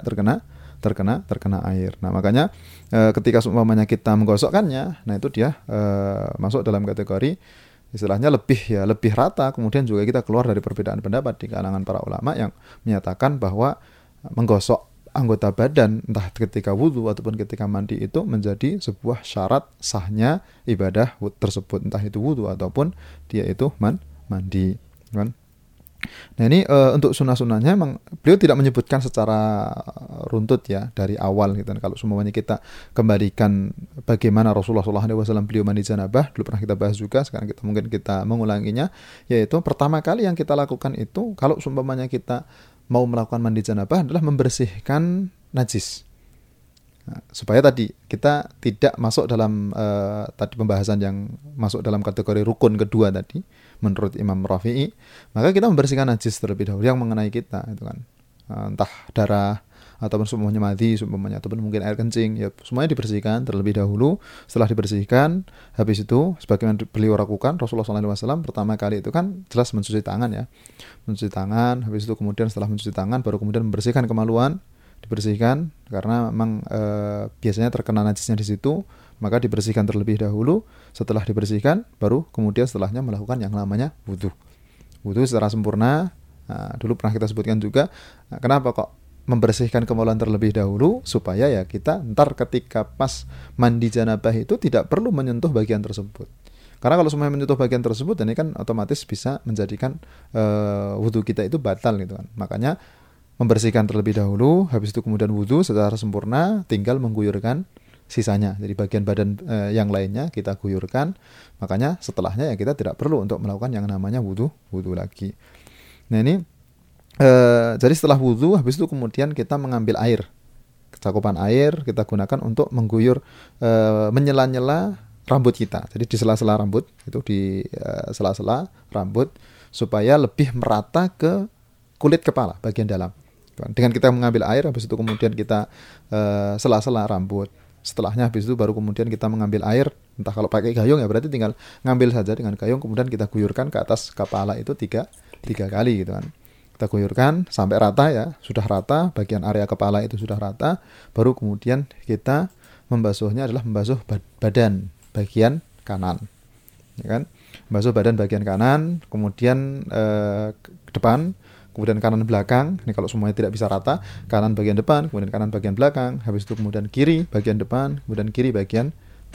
terkena air. Nah makanya ketika seumpamanya kita menggosokkannya, nah itu dia masuk dalam kategori istilahnya lebih rata. Kemudian juga kita keluar dari perbedaan pendapat di kalangan para ulama yang menyatakan bahwa menggosok anggota badan entah ketika wudhu ataupun ketika mandi itu menjadi sebuah syarat sahnya ibadah tersebut, entah itu wudhu ataupun dia itu mandi kan. Nah ini untuk sunnah-sunnahnya memang beliau tidak menyebutkan secara runtut ya dari awal gitu. Kalau semuanya kita kembalikan bagaimana Rasulullah SAW beliau mandi janabah, dulu pernah kita bahas juga, sekarang kita mengulanginya, yaitu pertama kali yang kita lakukan itu kalau seumpamanya kita mau melakukan mandi janabah adalah membersihkan najis. Nah, supaya tadi kita tidak masuk dalam tadi pembahasan yang masuk dalam kategori rukun kedua tadi menurut Imam Rafi'i, maka kita membersihkan najis terlebih dahulu yang mengenai kita itu kan, entah darah ataupun semuanya madhi ataupun mungkin air kencing ya, semuanya dibersihkan terlebih dahulu. Setelah dibersihkan, habis itu sebagaimana beliau lakukan Rasulullah SAW pertama kali itu kan jelas mencuci tangan ya, mencuci tangan. Habis itu kemudian setelah mencuci tangan baru kemudian membersihkan kemaluan, dibersihkan karena memang biasanya terkena najisnya di situ, maka dibersihkan terlebih dahulu. Setelah dibersihkan baru kemudian setelahnya melakukan yang namanya wudhu secara sempurna. Nah, dulu pernah kita sebutkan juga kenapa kok membersihkan kemaluan terlebih dahulu, supaya ya kita ntar ketika pas mandi janabah itu tidak perlu menyentuh bagian tersebut. Karena kalau semuanya menyentuh bagian tersebut, ini kan otomatis bisa menjadikan wudhu kita itu batal gitu kan. Makanya membersihkan terlebih dahulu, habis itu kemudian wudhu secara sempurna, tinggal mengguyurkan sisanya. Jadi bagian badan yang lainnya kita guyurkan. Makanya setelahnya ya kita tidak perlu untuk melakukan yang namanya wudhu lagi. Nah ini jadi setelah wudhu, habis itu kemudian kita mengambil air, cakupan air kita gunakan untuk mengguyur menyela-nyela rambut kita. Jadi di sela-sela rambut, itu di sela-sela rambut supaya lebih merata ke kulit kepala bagian dalam. Dengan kita mengambil air, habis itu kemudian kita sela-sela rambut. Setelahnya habis itu baru kemudian kita mengambil air, entah kalau pakai gayung ya berarti tinggal ngambil saja dengan gayung, kemudian kita guyurkan ke atas kepala itu tiga kali gitu kan. Kita guyurkan sampai rata ya, sudah rata, bagian area kepala itu sudah rata, baru kemudian kita membasuhnya adalah membasuh badan bagian kanan, ya kan? Membasuh badan bagian kanan, kemudian ke depan, kemudian kanan belakang. Ini kalau semuanya tidak bisa rata, kanan bagian depan, kemudian kanan bagian belakang, habis itu kemudian kiri bagian depan, kemudian kiri bagian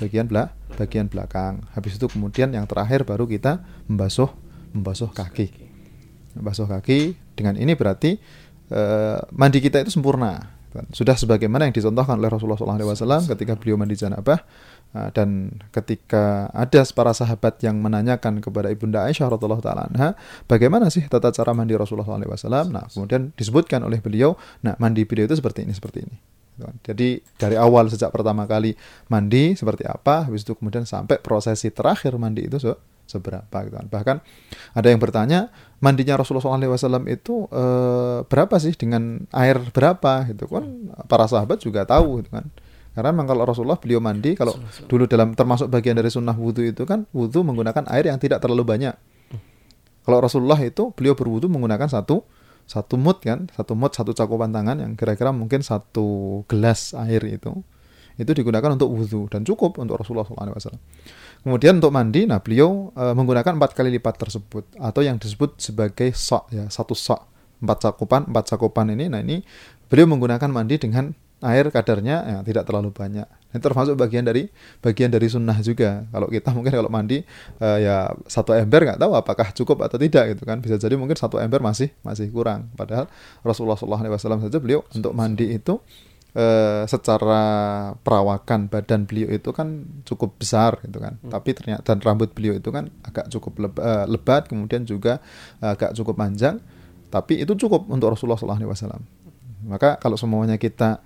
belakang. Habis itu kemudian yang terakhir baru kita membasuh kaki. Membasuh kaki, dengan ini berarti mandi kita itu sempurna. Sudah sebagaimana yang dicontohkan oleh Rasulullah SAW ketika beliau mandi janabah. Dan ketika ada para sahabat yang menanyakan kepada Ibunda Aisyah radhiyallahu taala anha, bagaimana sih tata cara mandi Rasulullah SAW? Nah, kemudian disebutkan oleh beliau, nah mandi beliau itu seperti ini. Jadi dari awal sejak pertama kali mandi seperti apa, habis itu kemudian sampai prosesi terakhir mandi itu seberapa gitu kan. Bahkan ada yang bertanya mandinya Rasulullah SAW itu berapa sih, dengan air berapa gitu kan. Para sahabat juga tahu gitu kan. Karena memang kalau Rasulullah beliau mandi, kalau dulu dalam termasuk bagian dari sunnah wudhu itu kan, wudhu menggunakan air yang tidak terlalu banyak. Kalau Rasulullah itu beliau berwudhu menggunakan satu mud kan, satu cakupan tangan yang kira-kira mungkin 1 gelas air itu digunakan untuk wudhu dan cukup untuk Rasulullah SAW. Kemudian untuk mandi, nah beliau menggunakan 4 kali lipat tersebut, atau yang disebut sebagai sok ya, 1 sok, 4 cakupan ini. Nah ini beliau menggunakan mandi dengan air kadarnya ya, tidak terlalu banyak. Ini termasuk bagian dari sunnah juga. Kalau kita mungkin kalau mandi ya 1 ember nggak tahu apakah cukup atau tidak gitu kan. Bisa jadi mungkin 1 ember masih kurang. Padahal Rasulullah SAW saja beliau untuk mandi itu secara perawakan badan beliau itu kan cukup besar gitu kan. Tapi ternyata dan rambut beliau itu kan agak cukup lebat, kemudian juga agak cukup panjang. Tapi itu cukup untuk Rasulullah SAW. Maka kalau semuanya kita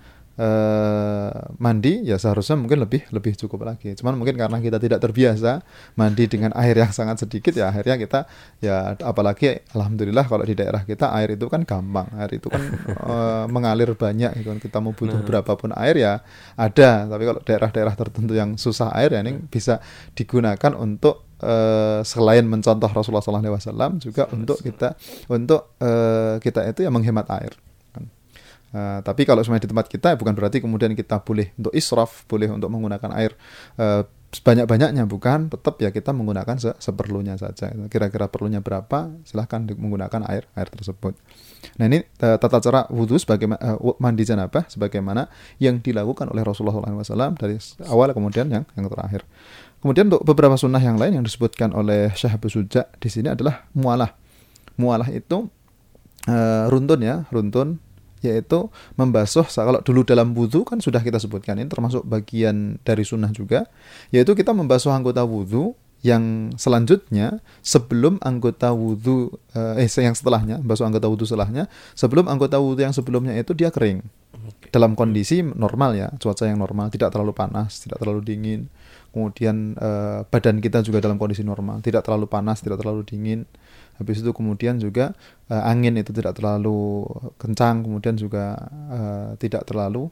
mandi ya seharusnya mungkin lebih cukup lagi. Cuman mungkin karena kita tidak terbiasa mandi dengan air yang sangat sedikit, ya akhirnya kita ya, apalagi alhamdulillah kalau di daerah kita air itu kan gampang, air itu kan mengalir banyak gitu kan. Kita mau butuh berapapun air ya ada. Tapi kalau daerah-daerah tertentu yang susah air ya ini bisa digunakan untuk selain mencontoh Rasulullah SAW juga untuk kita itu ya menghemat air. Tapi kalau semuanya di tempat kita bukan berarti kemudian kita boleh untuk israf, boleh untuk menggunakan air sebanyak-banyaknya, bukan. Tetap ya kita menggunakan seperlunya saja. Kira-kira perlunya berapa, silahkan menggunakan air tersebut. Nah ini tata cara wudhu mandi janabah sebagaimana yang dilakukan oleh Rasulullah SAW dari awal kemudian yang terakhir. Kemudian untuk beberapa sunnah yang lain yang disebutkan oleh Syekh Abu Suja di sini adalah mualah. Mualah itu runtun, yaitu membasuh. Kalau dulu dalam wudhu kan sudah kita sebutkan, ini termasuk bagian dari sunnah juga, yaitu kita membasuh anggota wudhu yang selanjutnya sebelum anggota wudhu yang setelahnya, membasuh anggota wudhu setelahnya sebelum anggota wudhu yang sebelumnya itu dia kering. Dalam kondisi normal ya, cuaca yang normal, tidak terlalu panas, tidak terlalu dingin. Kemudian badan kita juga dalam kondisi normal, tidak terlalu panas, tidak terlalu dingin. Habis itu kemudian juga angin itu tidak terlalu kencang, kemudian juga tidak terlalu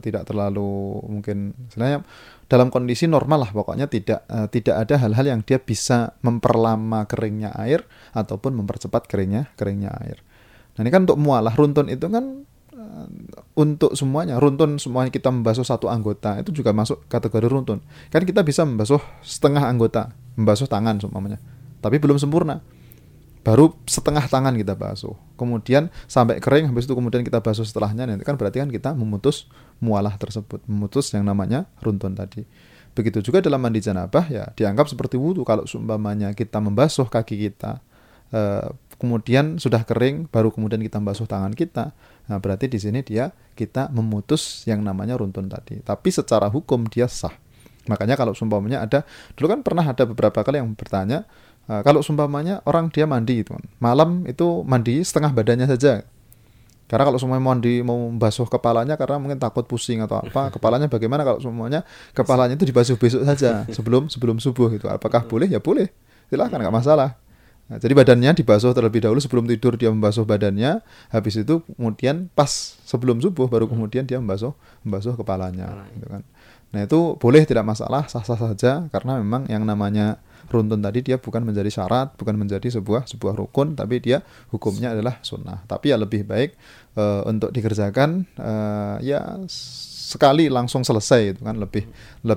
mungkin sebenarnya dalam kondisi normal lah, pokoknya tidak ada hal-hal yang dia bisa memperlama keringnya air ataupun mempercepat keringnya air. Nah ini kan untuk mualah, runtun itu kan untuk semuanya kita membasuh satu anggota itu juga masuk kategori runtun. Kan kita bisa membasuh setengah anggota, membasuh tangan seumpamanya, tapi belum sempurna. Baru setengah tangan kita basuh, kemudian sampai kering, habis itu kemudian kita basuh setelahnya, nanti kan berarti kan kita memutus mualah tersebut, memutus yang namanya runtun tadi. Begitu juga dalam mandi janabah ya dianggap seperti wudhu. Kalau seumpamanya kita membasuh kaki kita, kemudian sudah kering, baru kemudian kita membasuh tangan kita, nah berarti di sini kita memutus yang namanya runtun tadi. Tapi secara hukum dia sah. Makanya kalau seumpamanya dulu kan pernah ada beberapa kali yang bertanya, kalau seumpamanya orang dia mandi itu malam itu mandi setengah badannya saja. Karena kalau semuanya mandi mau membasuh kepalanya karena mungkin takut pusing atau apa, kepalanya bagaimana kalau semuanya kepalanya itu dibasuh besok saja sebelum subuh gitu. Apakah boleh? Ya boleh. Silakan, enggak masalah. Nah, jadi badannya dibasuh terlebih dahulu, sebelum tidur dia membasuh badannya, habis itu kemudian pas sebelum subuh baru kemudian dia membasuh kepalanya gitu kan. Nah, itu boleh, tidak masalah, sah-sah saja, karena memang yang namanya runtun tadi dia bukan menjadi syarat, bukan menjadi sebuah rukun, tapi dia hukumnya adalah sunnah. Tapi ya lebih baik untuk dikerjakan ya sekali langsung selesai, itu kan lebih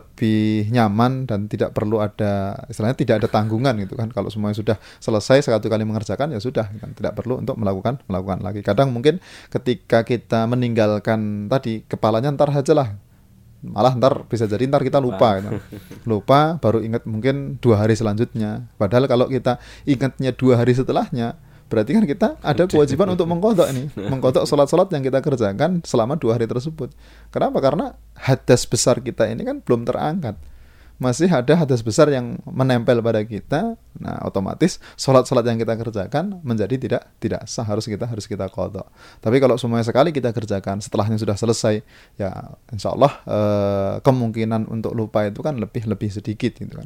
nyaman dan tidak perlu ada, istilahnya tidak ada tanggungan gitu kan. Kalau semuanya sudah selesai satu kali mengerjakan ya sudah kan, tidak perlu untuk melakukan lagi. Kadang mungkin ketika kita meninggalkan tadi kepalanya ntar aja lah, malah bisa jadi kita lupa gitu. Lupa baru ingat mungkin 2 hari selanjutnya, padahal kalau kita ingatnya 2 hari setelahnya berarti kan kita ada kewajiban untuk mengqadha salat-salat yang kita kerjakan selama 2 hari tersebut. Kenapa? Karena hadas besar kita ini kan belum terangkat, masih ada hadas besar yang menempel pada kita. Nah, otomatis salat-salat yang kita kerjakan menjadi tidak sah, harus kita qadha. Tapi kalau semuanya sekali kita kerjakan, setelahnya sudah selesai, ya insyaallah kemungkinan untuk lupa itu kan lebih sedikit gitu kan.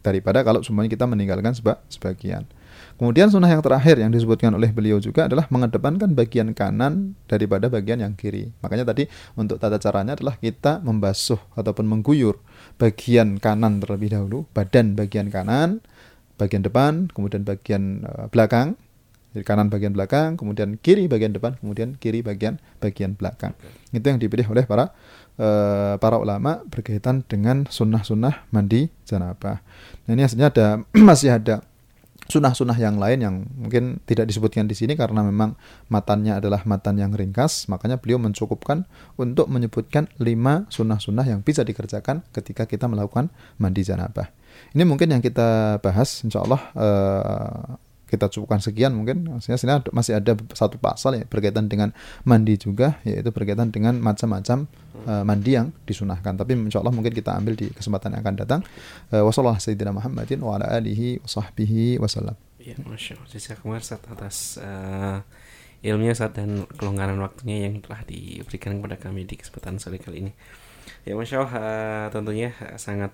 daripada kalau semuanya kita meninggalkan sebagian. Kemudian sunnah yang terakhir yang disebutkan oleh beliau juga adalah mengedepankan bagian kanan daripada bagian yang kiri. Makanya tadi untuk tata caranya adalah kita membasuh ataupun mengguyur bagian kanan terlebih dahulu, badan bagian kanan, bagian depan, kemudian bagian belakang. Jadi kanan bagian belakang, kemudian kiri bagian depan, kemudian kiri bagian belakang. Itu yang dipilih oleh para ulama berkaitan dengan sunnah-sunnah mandi janabah. Nah ini aslinya masih ada sunnah-sunnah yang lain yang mungkin tidak disebutkan di sini karena memang matannya adalah matan yang ringkas, makanya beliau mencukupkan untuk menyebutkan 5 sunnah-sunnah yang bisa dikerjakan ketika kita melakukan mandi janabah. Ini mungkin yang kita bahas, insya Allah kita cukupkan sekian mungkin. Maksudnya masih ada satu pasal ya berkaitan dengan mandi juga, yaitu berkaitan dengan macam-macam mandi yang disunahkan. Tapi insya Allah mungkin kita ambil di kesempatan yang akan datang. Wassallallahu sayyidina Muhammadin wa ala alihi wa sahbihi wasallam. Ya, Masya Allah. Jazakumullah Ustaz atas ilmunya Ustaz dan kelonggaran waktunya yang telah diberikan kepada kami di kesempatan sore kali ini. Ya Masya Allah, tentunya sangat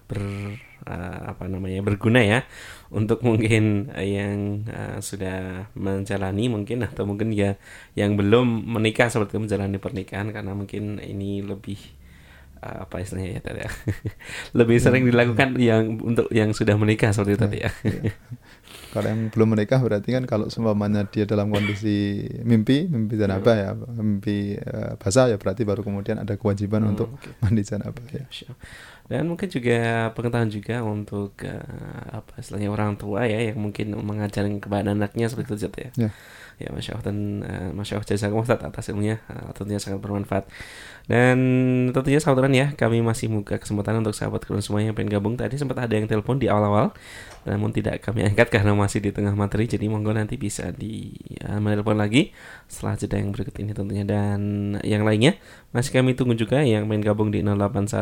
berguna ya untuk mungkin yang sudah menjalani mungkin atau mungkin ya yang belum menikah seperti menjalani pernikahan, karena mungkin ini lebih apa istilahnya ya tadi ya lebih sering dilakukan untuk yang sudah menikah seperti itu tadi ya. Kalau yang belum menikah berarti kan kalau seumpamanya dia dalam kondisi mimpi janabah ya, mimpi basah ya, berarti baru kemudian ada kewajiban untuk mandi janabah ya. Dan mungkin juga pengetahuan juga untuk istilahnya orang tua ya yang mungkin mengajarkan kepada anaknya seperti itu ya. Ya Masya Allah, dan Masya Allah jazakumullah Ustaz atas ilmunya, tentunya sangat bermanfaat. Dan tentunya saudara ya, kami masih buka kesempatan untuk sahabat kalian semua yang pengen gabung. Tadi sempat ada yang telepon di awal-awal, namun tidak kami angkat karena masih di tengah materi. Jadi monggo nanti bisa menelpon lagi setelah jeda yang berikut ini tentunya. Dan yang lainnya masih kami tunggu juga yang pengen gabung di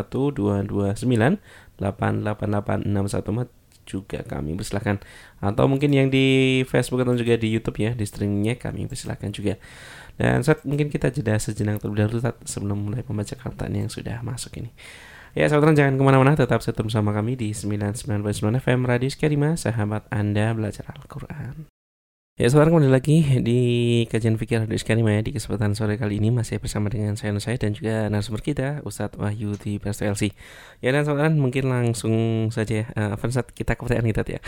081229888861 juga kami persilahkan, atau mungkin yang di Facebook atau juga di YouTube ya, di streamingnya kami persilahkan juga. Dan saat mungkin kita jeda sejenak terlebih dahulu sebelum mulai membaca kartan yang sudah masuk ini. Ya saudara, jangan kemana-mana, tetap setia bersama kami di 99.9 FM Radio Karima, sahabat Anda belajar Al-Quran. Ya saudara, kembali lagi di kajian fikih Radio Karima ya. Di kesempatan sore kali ini masih bersama dengan saya dan juga narasumber kita Ustadz Wahyu di Presto LC. Ya, dan saudara mungkin langsung saja kita ke pertanyaan kita ya.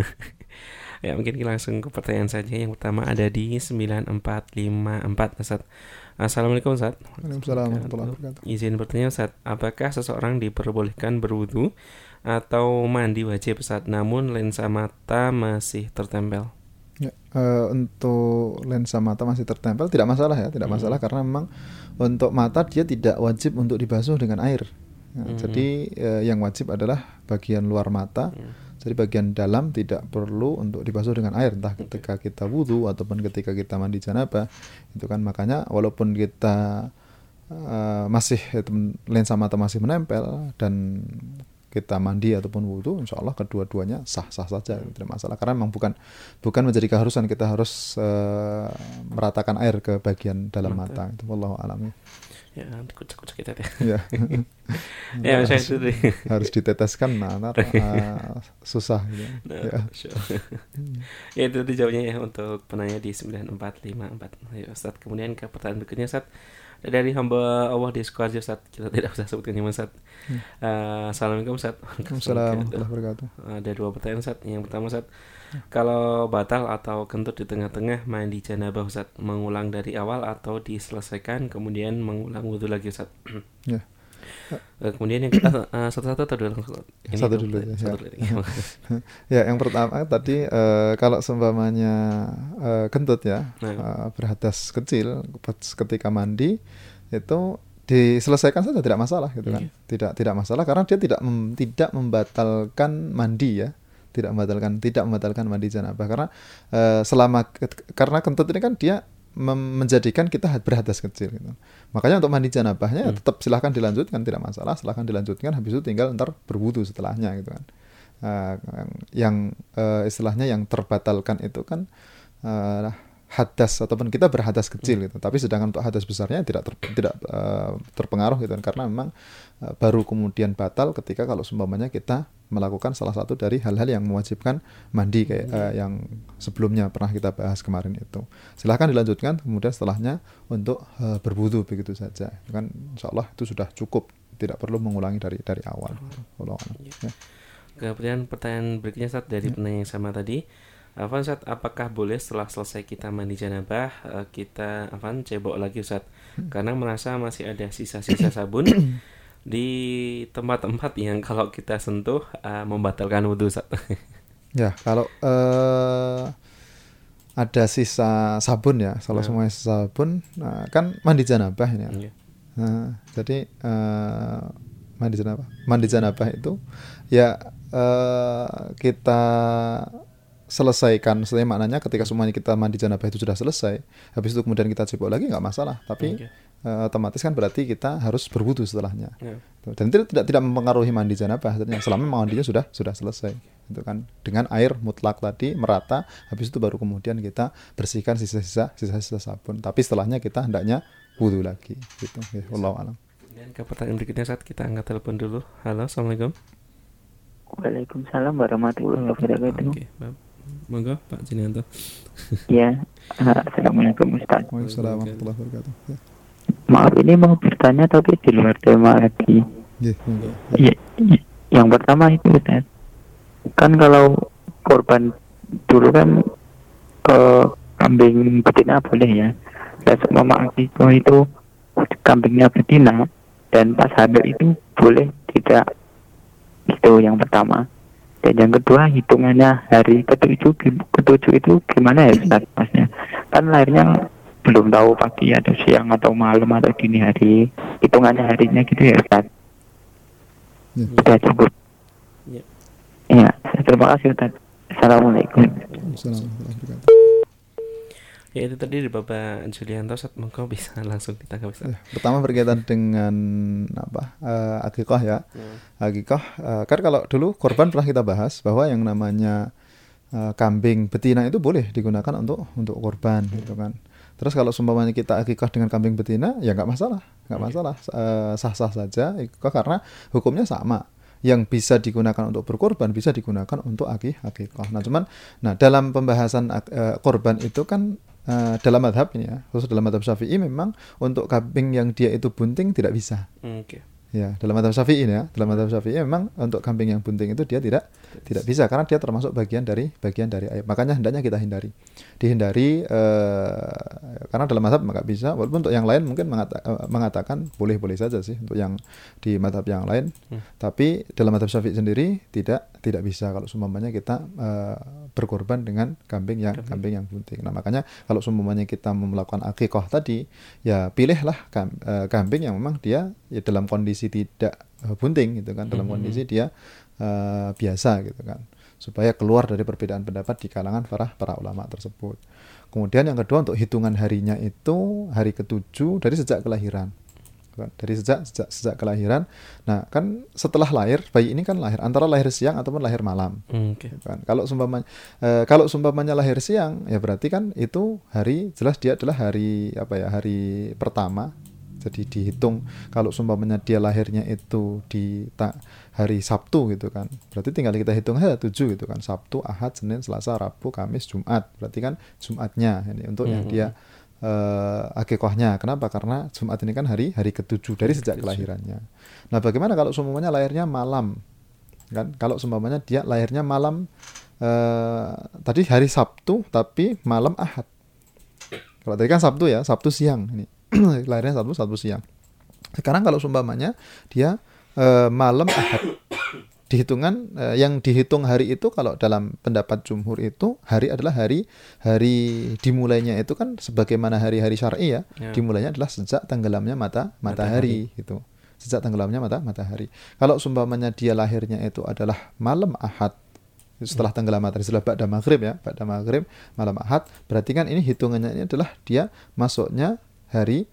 Ya, mungkin langsung ke pertanyaan saja. Yang pertama ada di 9454 Ustadz. Assalamualaikum Ustadz. Waalaikumsalam warahmatullahi wabarakatuh. Izin bertanya Ustadz, apakah seseorang diperbolehkan berwudu atau mandi wajib Ustadz namun lensa mata masih tertempel? Ya, untuk lensa mata masih tertempel tidak masalah ya, tidak masalah karena memang untuk mata dia tidak wajib untuk dibasuh dengan air. Jadi yang wajib adalah bagian luar mata. Jadi bagian dalam tidak perlu untuk dibasuh dengan air, entah ketika kita wudu ataupun ketika kita mandi janabah. Itu kan makanya walaupun kita masih lensa mata masih menempel dan kita mandi ataupun wudu, insya Allah kedua-duanya sah-sah saja, tidak masalah. Karena memang bukan menjadi keharusan kita harus meratakan air ke bagian dalam mata. Itu wallahu a'lam. Ya, kucek-kucek kita deh. Ya. Ya, harus diteteskan, susah gitu. Ya. Ya, itu dijawabnya ya untuk penanya di 9454. Ya, Ustaz. Kemudian ke pertanyaan berikutnya, Ustaz. Dari hamba Allah di Sukoharjo, Ustaz. Kita tidak usah sebutkan nama, Ustaz. Assalamualaikum, Ustaz. Waalaikumsalam warahmatullahi wabarakatuh. Ada 2 pertanyaan, Ustaz. Yang pertama, Ustaz, kalau batal atau kentut di tengah-tengah mandi janabah, Ustaz, mengulang dari awal atau diselesaikan kemudian mengulang wudu lagi, Ustaz? Ya. Kemudian yang kita satu-satu atau dua? Satu dulu ya. Ya, yang pertama tadi kalau seumpamanya kentut ya, berhadas kecil ketika mandi itu diselesaikan saja, tidak masalah gitu kan. Tidak masalah karena dia tidak membatalkan mandi ya. Tidak membatalkan mandi janabah karena karena kentut ini kan dia menjadikan kita berhadas kecil gitu. Makanya untuk mandi janabahnya tetap silahkan dilanjutkan, tidak masalah, silahkan dilanjutkan, habis itu tinggal ntar berwudu setelahnya gitu kan. Istilahnya yang terbatalkan itu kan hadas ataupun kita berhadas kecil gitu. Tapi sedangkan untuk hadas besarnya tidak terpengaruh gitu kan, karena memang baru kemudian batal ketika kalau seumpamanya kita melakukan salah satu dari hal-hal yang mewajibkan mandi kayak yang sebelumnya pernah kita bahas kemarin itu. Silahkan dilanjutkan kemudian setelahnya untuk berwudu begitu saja. Kan insyaallah itu sudah cukup, tidak perlu mengulangi dari awal. Ya. Kemudian pertanyaan berikutnya Ustaz dari penanya yang sama tadi. Ustaz, apakah boleh setelah selesai kita mandi janabah kita cebok lagi Ustaz? Karena merasa masih ada sisa-sisa sabun di tempat-tempat yang kalau kita sentuh membatalkan wudhu Ustaz. Ya, kalau ada sisa sabun ya, kalau semuanya sisa sabun, kan mandi janabah ini ya. Jadi mandi janabah itu ya kita selesaikan. Sebenarnya maknanya ketika semuanya kita mandi janabah itu sudah selesai, habis itu kemudian kita cebok lagi nggak masalah, tapi otomatis kan berarti kita harus berwudu setelahnya. Dan itu tidak mempengaruhi mandi janabah selama mandinya sudah selesai, itu kan dengan air mutlak tadi merata, habis itu baru kemudian kita bersihkan sisa-sisa sabun, tapi setelahnya kita hendaknya wudu lagi gitu. Wallahu a'lam. Dan ke pertanyaan berikutnya saat kita angkat telepon dulu. Halo, assalamualaikum. Waalaikumsalam warahmatullahi wabarakatuh. Oke, monggo Pak Jinianto. Ya, assalamualaikum Ustaz. Waalaikumsalam warahmatullahi wabarakatuh. Ya. Maaf, ini mau bertanya tapi di luar tema lagi. Ya, yang pertama itu Ustaz, kan kalau korban dulu kan kambing betina boleh ya. Dan semua akikoh itu kambingnya betina, dan pas hamil itu boleh tidak. Itu yang pertama. Dan yang kedua, hitungannya hari ketujuh itu gimana ya Ustaz? Maksudnya kan lahirnya belum tahu pagi atau siang atau malam atau dini hari, hitungannya harinya gitu ya Ustaz. Sudah cukup. Ya, terima kasih Ustaz. Assalamualaikum. Ya itu tadi di Bapak Julianto, Ustaz, monggo bisa langsung ditanggapi Ustaz. Pertama berkaitan dengan akikah ya. Akikah kan kalau dulu korban pernah kita bahas bahwa yang namanya kambing betina itu boleh digunakan untuk korban gitu kan. Terus kalau seumpamanya kita akikah dengan kambing betina ya nggak masalah, sah-sah saja akikah karena hukumnya sama. Yang bisa digunakan untuk berkorban bisa digunakan untuk akikah. Nah dalam pembahasan korban itu kan dalam madhab ini ya, khusus dalam madhab Syafi'i memang untuk kambing yang dia itu bunting tidak bisa. Ya, dalam madhab Syafi'i ya, dalam madhab Syafi'i memang untuk kambing yang bunting itu dia tidak bisa karena dia termasuk bagian dari aib. Makanya hendaknya kita dihindari karena dalam madhab nggak bisa. Walaupun untuk yang lain mungkin mengatakan boleh saja sih untuk yang di madhab yang lain. Tapi dalam madhab Syafi'i sendiri tidak bisa kalau seumpamanya kita berkorban dengan kambing yang bunting. Nah makanya kalau seumpamanya kita melakukan akikah tadi, ya pilihlah kambing yang memang dia ya dalam kondisi tidak bunting gitu kan, dalam kondisi dia biasa gitu kan, supaya keluar dari perbedaan pendapat di kalangan para ulama tersebut. Kemudian yang kedua untuk hitungan harinya itu hari ke-7 dari sejak kelahiran. Dari sejak kelahiran. Nah, kan setelah lahir, bayi ini kan lahir antara lahir siang ataupun lahir malam. Kan? Kalau sumpamanya lahir siang, ya berarti kan itu hari jelas dia adalah hari hari pertama. Jadi dihitung kalau sumpamanya dia lahirnya itu di hari Sabtu gitu kan. Berarti tinggal kita hitung aja 7 gitu kan. Sabtu, Ahad, Senin, Selasa, Rabu, Kamis, Jumat. Berarti kan Jumatnya ini untuk yang dia akikahnya. Kenapa? Karena Jumat ini kan hari ke-7 dari sejak kelahirannya. Nah, bagaimana kalau sumpamanya lahirnya malam? Kan kalau sumpamanya dia lahirnya malam tadi hari Sabtu tapi malam Ahad. Kalau tadi kan Sabtu ya, Sabtu siang ini. Lahirnya Sabtu siang. Sekarang kalau sumpamanya dia malam Ahad. Dihitungan yang dihitung hari itu kalau dalam pendapat jumhur itu hari adalah hari dimulainya itu kan sebagaimana hari-hari syar'i ya. Dimulainya adalah sejak tenggelamnya matahari gitu. Sejak tenggelamnya matahari. Kalau sumpamanya dia lahirnya itu adalah malam Ahad setelah tenggelam matahari, setelah ba'da maghrib malam Ahad, berarti kan ini hitungannya ini adalah dia masuknya hari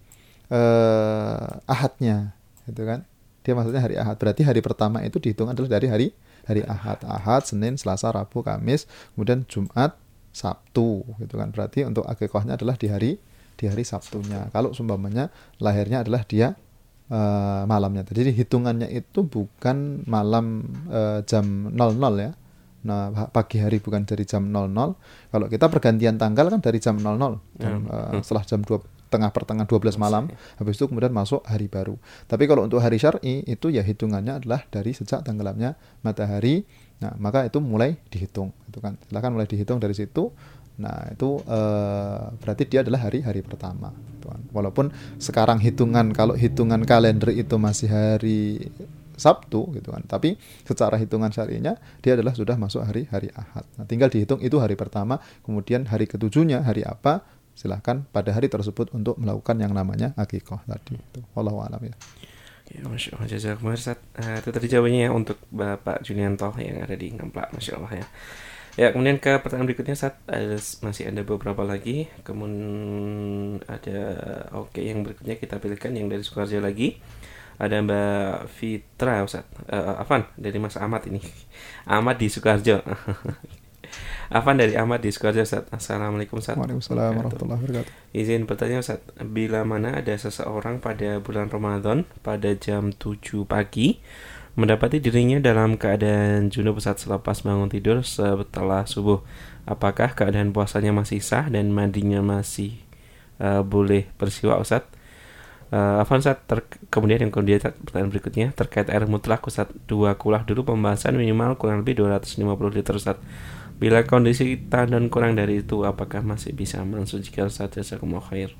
Ahadnya gitu kan. Dia maksudnya hari Ahad. Berarti hari pertama itu dihitung adalah dari hari Ahad. Ahad, Senin, Selasa, Rabu, Kamis, kemudian Jumat, Sabtu gitu kan. Berarti untuk akikahnya adalah di hari Sabtunya. Kalau sumpamanya lahirnya adalah dia malamnya. Jadi hitungannya itu bukan malam jam 00 ya. Nah, pagi hari bukan dari jam 00. Kalau kita pergantian tanggal kan dari jam 00, setelah jam 2 pertengahan 12 malam, habis itu kemudian masuk hari baru. Tapi kalau untuk hari syar'i itu ya hitungannya adalah dari sejak tenggelamnya matahari. Nah, maka itu mulai dihitung, itu kan. Silakan mulai dihitung dari situ. Nah, itu berarti dia adalah hari-hari pertama, gitu kan. Walaupun sekarang kalau hitungan kalender itu masih hari Sabtu gitu kan. Tapi secara hitungan syar'inya dia adalah sudah masuk hari Ahad. Nah, tinggal dihitung itu hari pertama, kemudian hari ketujuhnya hari apa? Silahkan pada hari tersebut untuk melakukan yang namanya akikah tadi. Itu wallahu a'lam ya. Ya, Masya Allah, jazakumullah Ustaz. Itu tadi jawabannya ya untuk Bapak Junianto yang ada di Ngemplak, Masya Allah ya. Ya, kemudian ke pertanyaan berikutnya Ustaz, masih ada beberapa lagi. Kemudian ada yang berikutnya kita pilihkan yang dari Sukoharjo lagi. Ada Mbak Fitra Ustaz. Afan dari Mas Ahmad ini. Ahmad di Sukoharjo. Afan dari Ahmad di Sukoharjo Ustaz. Assalamualaikum Ustaz. Waalaikumsalam warahmatullahi wabarakatuh. Izin bertanya Ustaz, bila mana ada seseorang pada bulan Ramadan pada jam 7 pagi mendapati dirinya dalam keadaan junub Ustaz selepas bangun tidur setelah subuh, apakah keadaan puasanya masih sah dan mandinya masih boleh bersiwak Ustaz? Afan Ustaz, kemudian pertanyaan berikutnya terkait air mutlak Ustaz, 2 kulah dulu pembahasan minimal kurang lebih 250 liter Ustaz. Bila kondisi tandon kurang dari itu, apakah masih bisa mensucikan Ustaz? Jazakumullah khair.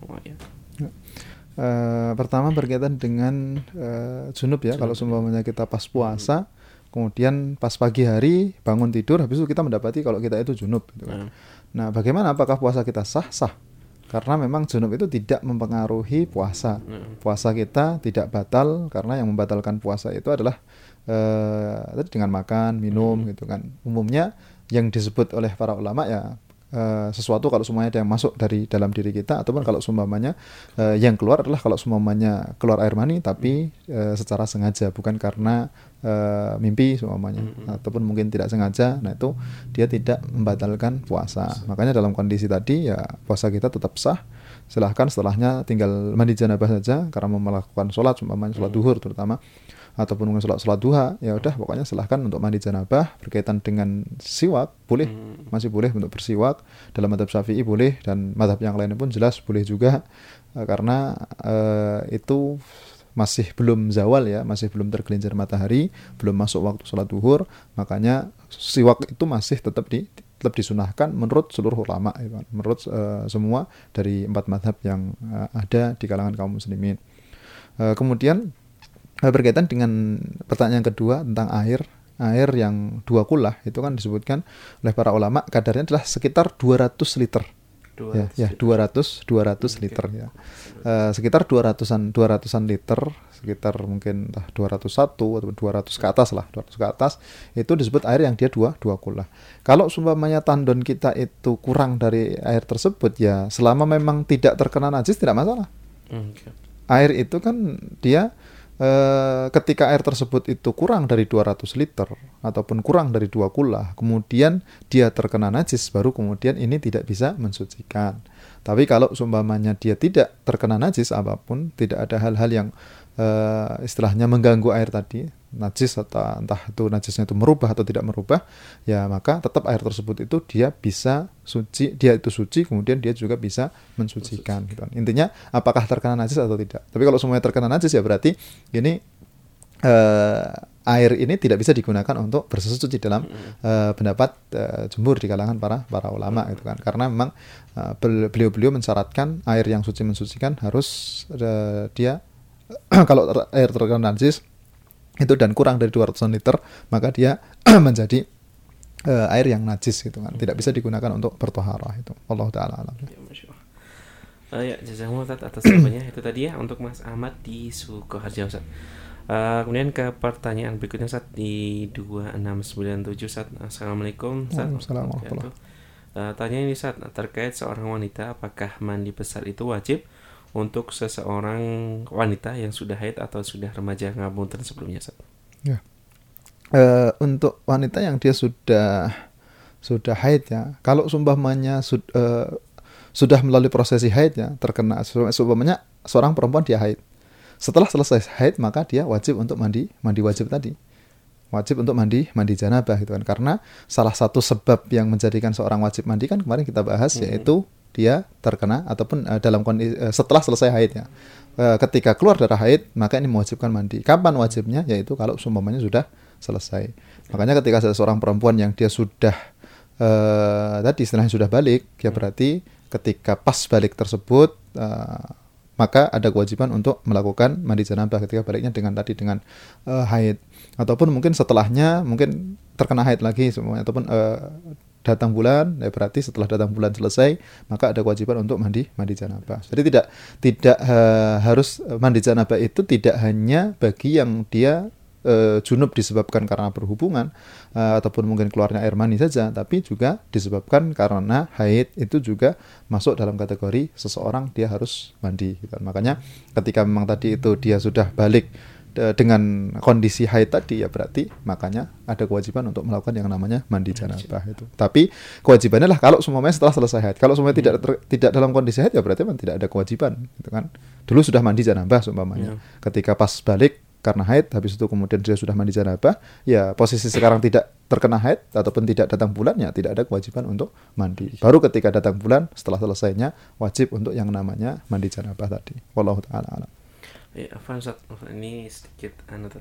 Pertama berkaitan dengan junub ya. Kalau seumpamanya kita pas puasa, kemudian pas pagi hari bangun tidur, habis itu kita mendapati kalau kita itu junub gitu kan. Nah, bagaimana? Apakah puasa kita sah? Sah. Karena memang junub itu tidak mempengaruhi puasa. Puasa kita tidak batal, karena yang membatalkan puasa itu adalah dengan makan, minum gitu kan. Umumnya yang disebut oleh para ulama ya sesuatu kalau semuanya yang masuk dari dalam diri kita, ataupun kalau seumpamanya yang keluar adalah kalau seumpamanya keluar air mani tapi secara sengaja, bukan karena mimpi seumpamanya, ataupun mungkin tidak sengaja. Nah, itu dia tidak membatalkan puasa. Makanya dalam kondisi tadi ya puasa kita tetap sah. Silahkan setelahnya tinggal mandi janabah saja karena mau melakukan sholat, seumpamanya sholat duhur terutama, ataupun mungkin sholat duha, ya udah pokoknya silahkan untuk mandi janabah. Berkaitan dengan siwak, boleh, masih boleh untuk bersiwak. Dalam mazhab Syafi'i boleh, dan mazhab yang lainnya pun jelas boleh juga, karena itu masih belum zawal ya, masih belum tergelincir matahari, belum masuk waktu sholat duhur. Makanya siwak itu masih tetap disunahkan menurut seluruh ulama, menurut semua dari 4 mazhab yang ada di kalangan kaum muslimin. Kemudian berkaitan dengan pertanyaan kedua tentang air yang 2 kulah, itu kan disebutkan oleh para ulama kadarnya adalah sekitar 200 liter. 200 liter ya. Sekitar 200-an liter, sekitar mungkin 201 atau 200 ke atas lah, 200 ke atas, itu disebut air yang dia 2 kulah. Kalau seumpamanya tandon kita itu kurang dari air tersebut, ya selama memang tidak terkena najis tidak masalah. Air itu kan dia ketika air tersebut itu kurang dari 200 liter ataupun kurang dari 2 kulah, kemudian dia terkena najis, baru kemudian ini tidak bisa mensucikan. Tapi kalau seumpamanya dia tidak terkena najis apapun, tidak ada hal-hal yang istilahnya mengganggu air tadi, najis atau entah itu najisnya itu merubah atau tidak merubah, ya maka tetap air tersebut itu dia bisa suci, dia itu suci, kemudian dia juga bisa mensucikan gitu. Intinya apakah terkena najis atau tidak. Tapi kalau semuanya terkena najis ya berarti ini air ini tidak bisa digunakan untuk bersuci dalam pendapat jumhur di kalangan para ulama gitu kan. Karena memang beliau-beliau mensyaratkan air yang suci mensucikan harus dia kalau air terkena najis itu dan kurang dari 200 liter, maka dia menjadi air yang najis gitu kan, tidak bisa digunakan untuk bertoharah itu. Allah taala alam. Ya, jazakumullah atas jawabannya. Itu tadi ya untuk Mas Ahmad di Sukoharjo Ustaz. Kemudian ke pertanyaan berikutnya Ustaz di 2697 Ustaz. Assalamualaikum Ustaz. Waalaikumsalam warahmatullahi. Tanya ini Ustaz, terkait seorang wanita, apakah mandi besar itu wajib untuk seseorang wanita yang sudah haid atau sudah remaja? Ngapunten sebelumnya Ustaz. Ya. Untuk wanita yang dia sudah haid ya, kalau seumpamanya sudah melalui prosesi haid ya, terkena seumpamanya seorang perempuan dia haid, setelah selesai haid maka dia wajib untuk mandi wajib tadi. Wajib untuk mandi janabah gitu kan. Karena salah satu sebab yang menjadikan seorang wajib mandi kan kemarin kita bahas yaitu dia terkena ataupun dalam kondisi setelah selesai haid ya. Ketika keluar darah haid maka ini mewajibkan mandi. Kapan wajibnya? Yaitu kalau seumpamanya sudah selesai. Makanya ketika ada seorang perempuan yang dia sudah tadi istilahnya sudah balik, ya berarti ketika pas balik tersebut maka ada kewajiban untuk melakukan mandi janabah ketika baliknya dengan haid, ataupun mungkin setelahnya mungkin terkena haid lagi semuanya, ataupun datang bulan, ya berarti setelah datang bulan selesai maka ada kewajiban untuk mandi janabah. Jadi tidak harus mandi janabah itu tidak hanya bagi yang dia junub disebabkan karena berhubungan ataupun mungkin keluarnya air mani saja, tapi juga disebabkan karena haid itu juga masuk dalam kategori seseorang dia harus mandi gitu. Makanya ketika memang tadi itu dia sudah balik dengan kondisi haid tadi, ya berarti makanya ada kewajiban untuk melakukan yang namanya mandi janabah itu. Tapi kewajibannya lah kalau semuanya setelah selesai haid. Kalau semuanya tidak dalam kondisi haid, ya berarti memang tidak ada kewajiban gitu kan. Dulu sudah mandi janabah seumpamanya. Ketika pas balik karena haid, habis itu kemudian dia sudah mandi janabah, ya posisi sekarang tidak terkena haid ataupun tidak datang bulan, ya tidak ada kewajiban untuk mandi. Baru ketika datang bulan setelah selesainya wajib untuk yang namanya mandi janabah tadi. Wallahu ta'ala alam. Ya, Ustaz, ini sedikit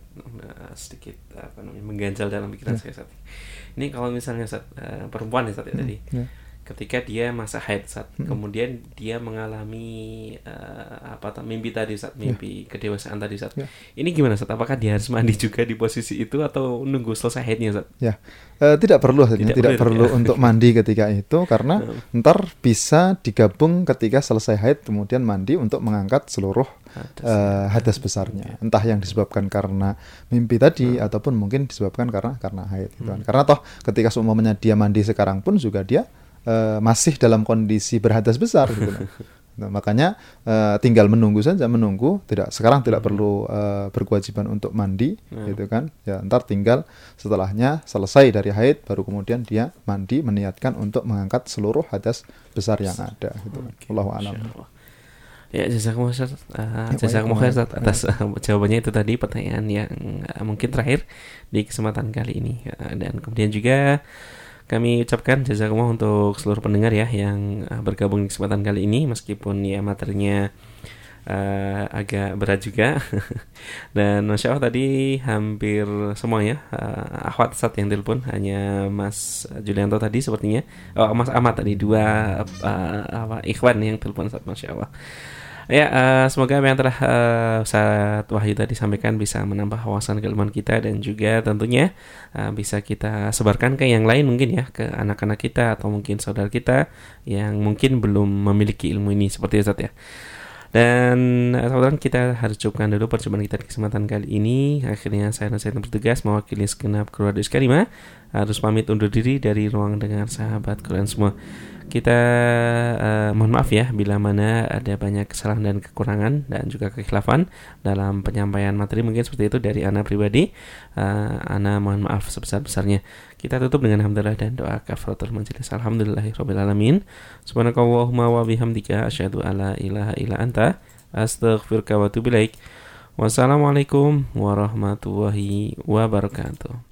mengganjal dalam pikiran saya Ustaz. Ini kalau misalnya Ustaz, perempuan ya Ustaz tadi. Ketika dia masa haid Ustaz, kemudian dia mengalami mimpi tadi Ustaz, mimpi kedewasaan tadi Ustaz. Ini gimana Ustaz? Apakah dia harus mandi juga di posisi itu atau nunggu selesai haidnya Ustaz? Ya. Tidak perlu untuk mandi ketika itu, karena ntar bisa digabung ketika selesai haid kemudian mandi untuk mengangkat seluruh hadas besarnya, entah yang disebabkan karena mimpi tadi ataupun mungkin disebabkan karena haid gitu kan. Karena toh ketika seumpamanya dia mandi sekarang pun juga dia masih dalam kondisi berhadas besar gitu kan. Nah, makanya tinggal menunggu saja, sekarang tidak perlu berkewajiban untuk mandi gitu kan. Ya ntar tinggal setelahnya selesai dari haid baru kemudian dia mandi meniatkan untuk mengangkat seluruh hadas besar yang ada gitu. Wallahu a'lam. Ya, jazakumullah Ustaz atas jawabannya itu tadi, pertanyaan yang mungkin terakhir di kesempatan kali ini. Dan kemudian juga kami ucapkan jazakumullah untuk seluruh pendengar ya yang bergabung di kesempatan kali ini, meskipun ya materinya agak berat juga. Dan Masya Allah tadi hampir semuanya akhwat Ustaz yang telepon, hanya Mas Julianto tadi sepertinya, Mas Ahmad tadi, dua ikhwan yang telepon Ustaz, Masya Allah. Ya, semoga apa yang telah Ustaz Wahyu tadi sampaikan bisa menambah wawasan keilmuan kita, dan juga tentunya bisa kita sebarkan ke yang lain mungkin ya, ke anak-anak kita atau mungkin saudara kita yang mungkin belum memiliki ilmu ini seperti Ustaz ya. Dan saudara, kita harus cukupkan dulu perjumpaan kita di kesempatan kali ini. Akhirnya saya bertugas mewakili segenap keluarga Iskarima harus pamit undur diri dari ruang dengar sahabat Quran semua. Kita mohon maaf ya bila mana ada banyak kesalahan dan kekurangan dan juga kekhilafan dalam penyampaian materi mungkin seperti itu dari ana pribadi. Ana mohon maaf sebesar-besarnya. Kita tutup dengan hamdalah dan doa kafaratul majelis. Alhamdulillahirabbil alamin. Subhanakallahumma wa bihamdika asyhadu alla ilaha illa anta astaghfiruka wa atubu ilaik. Wassalamualaikum warahmatullahi wabarakatuh.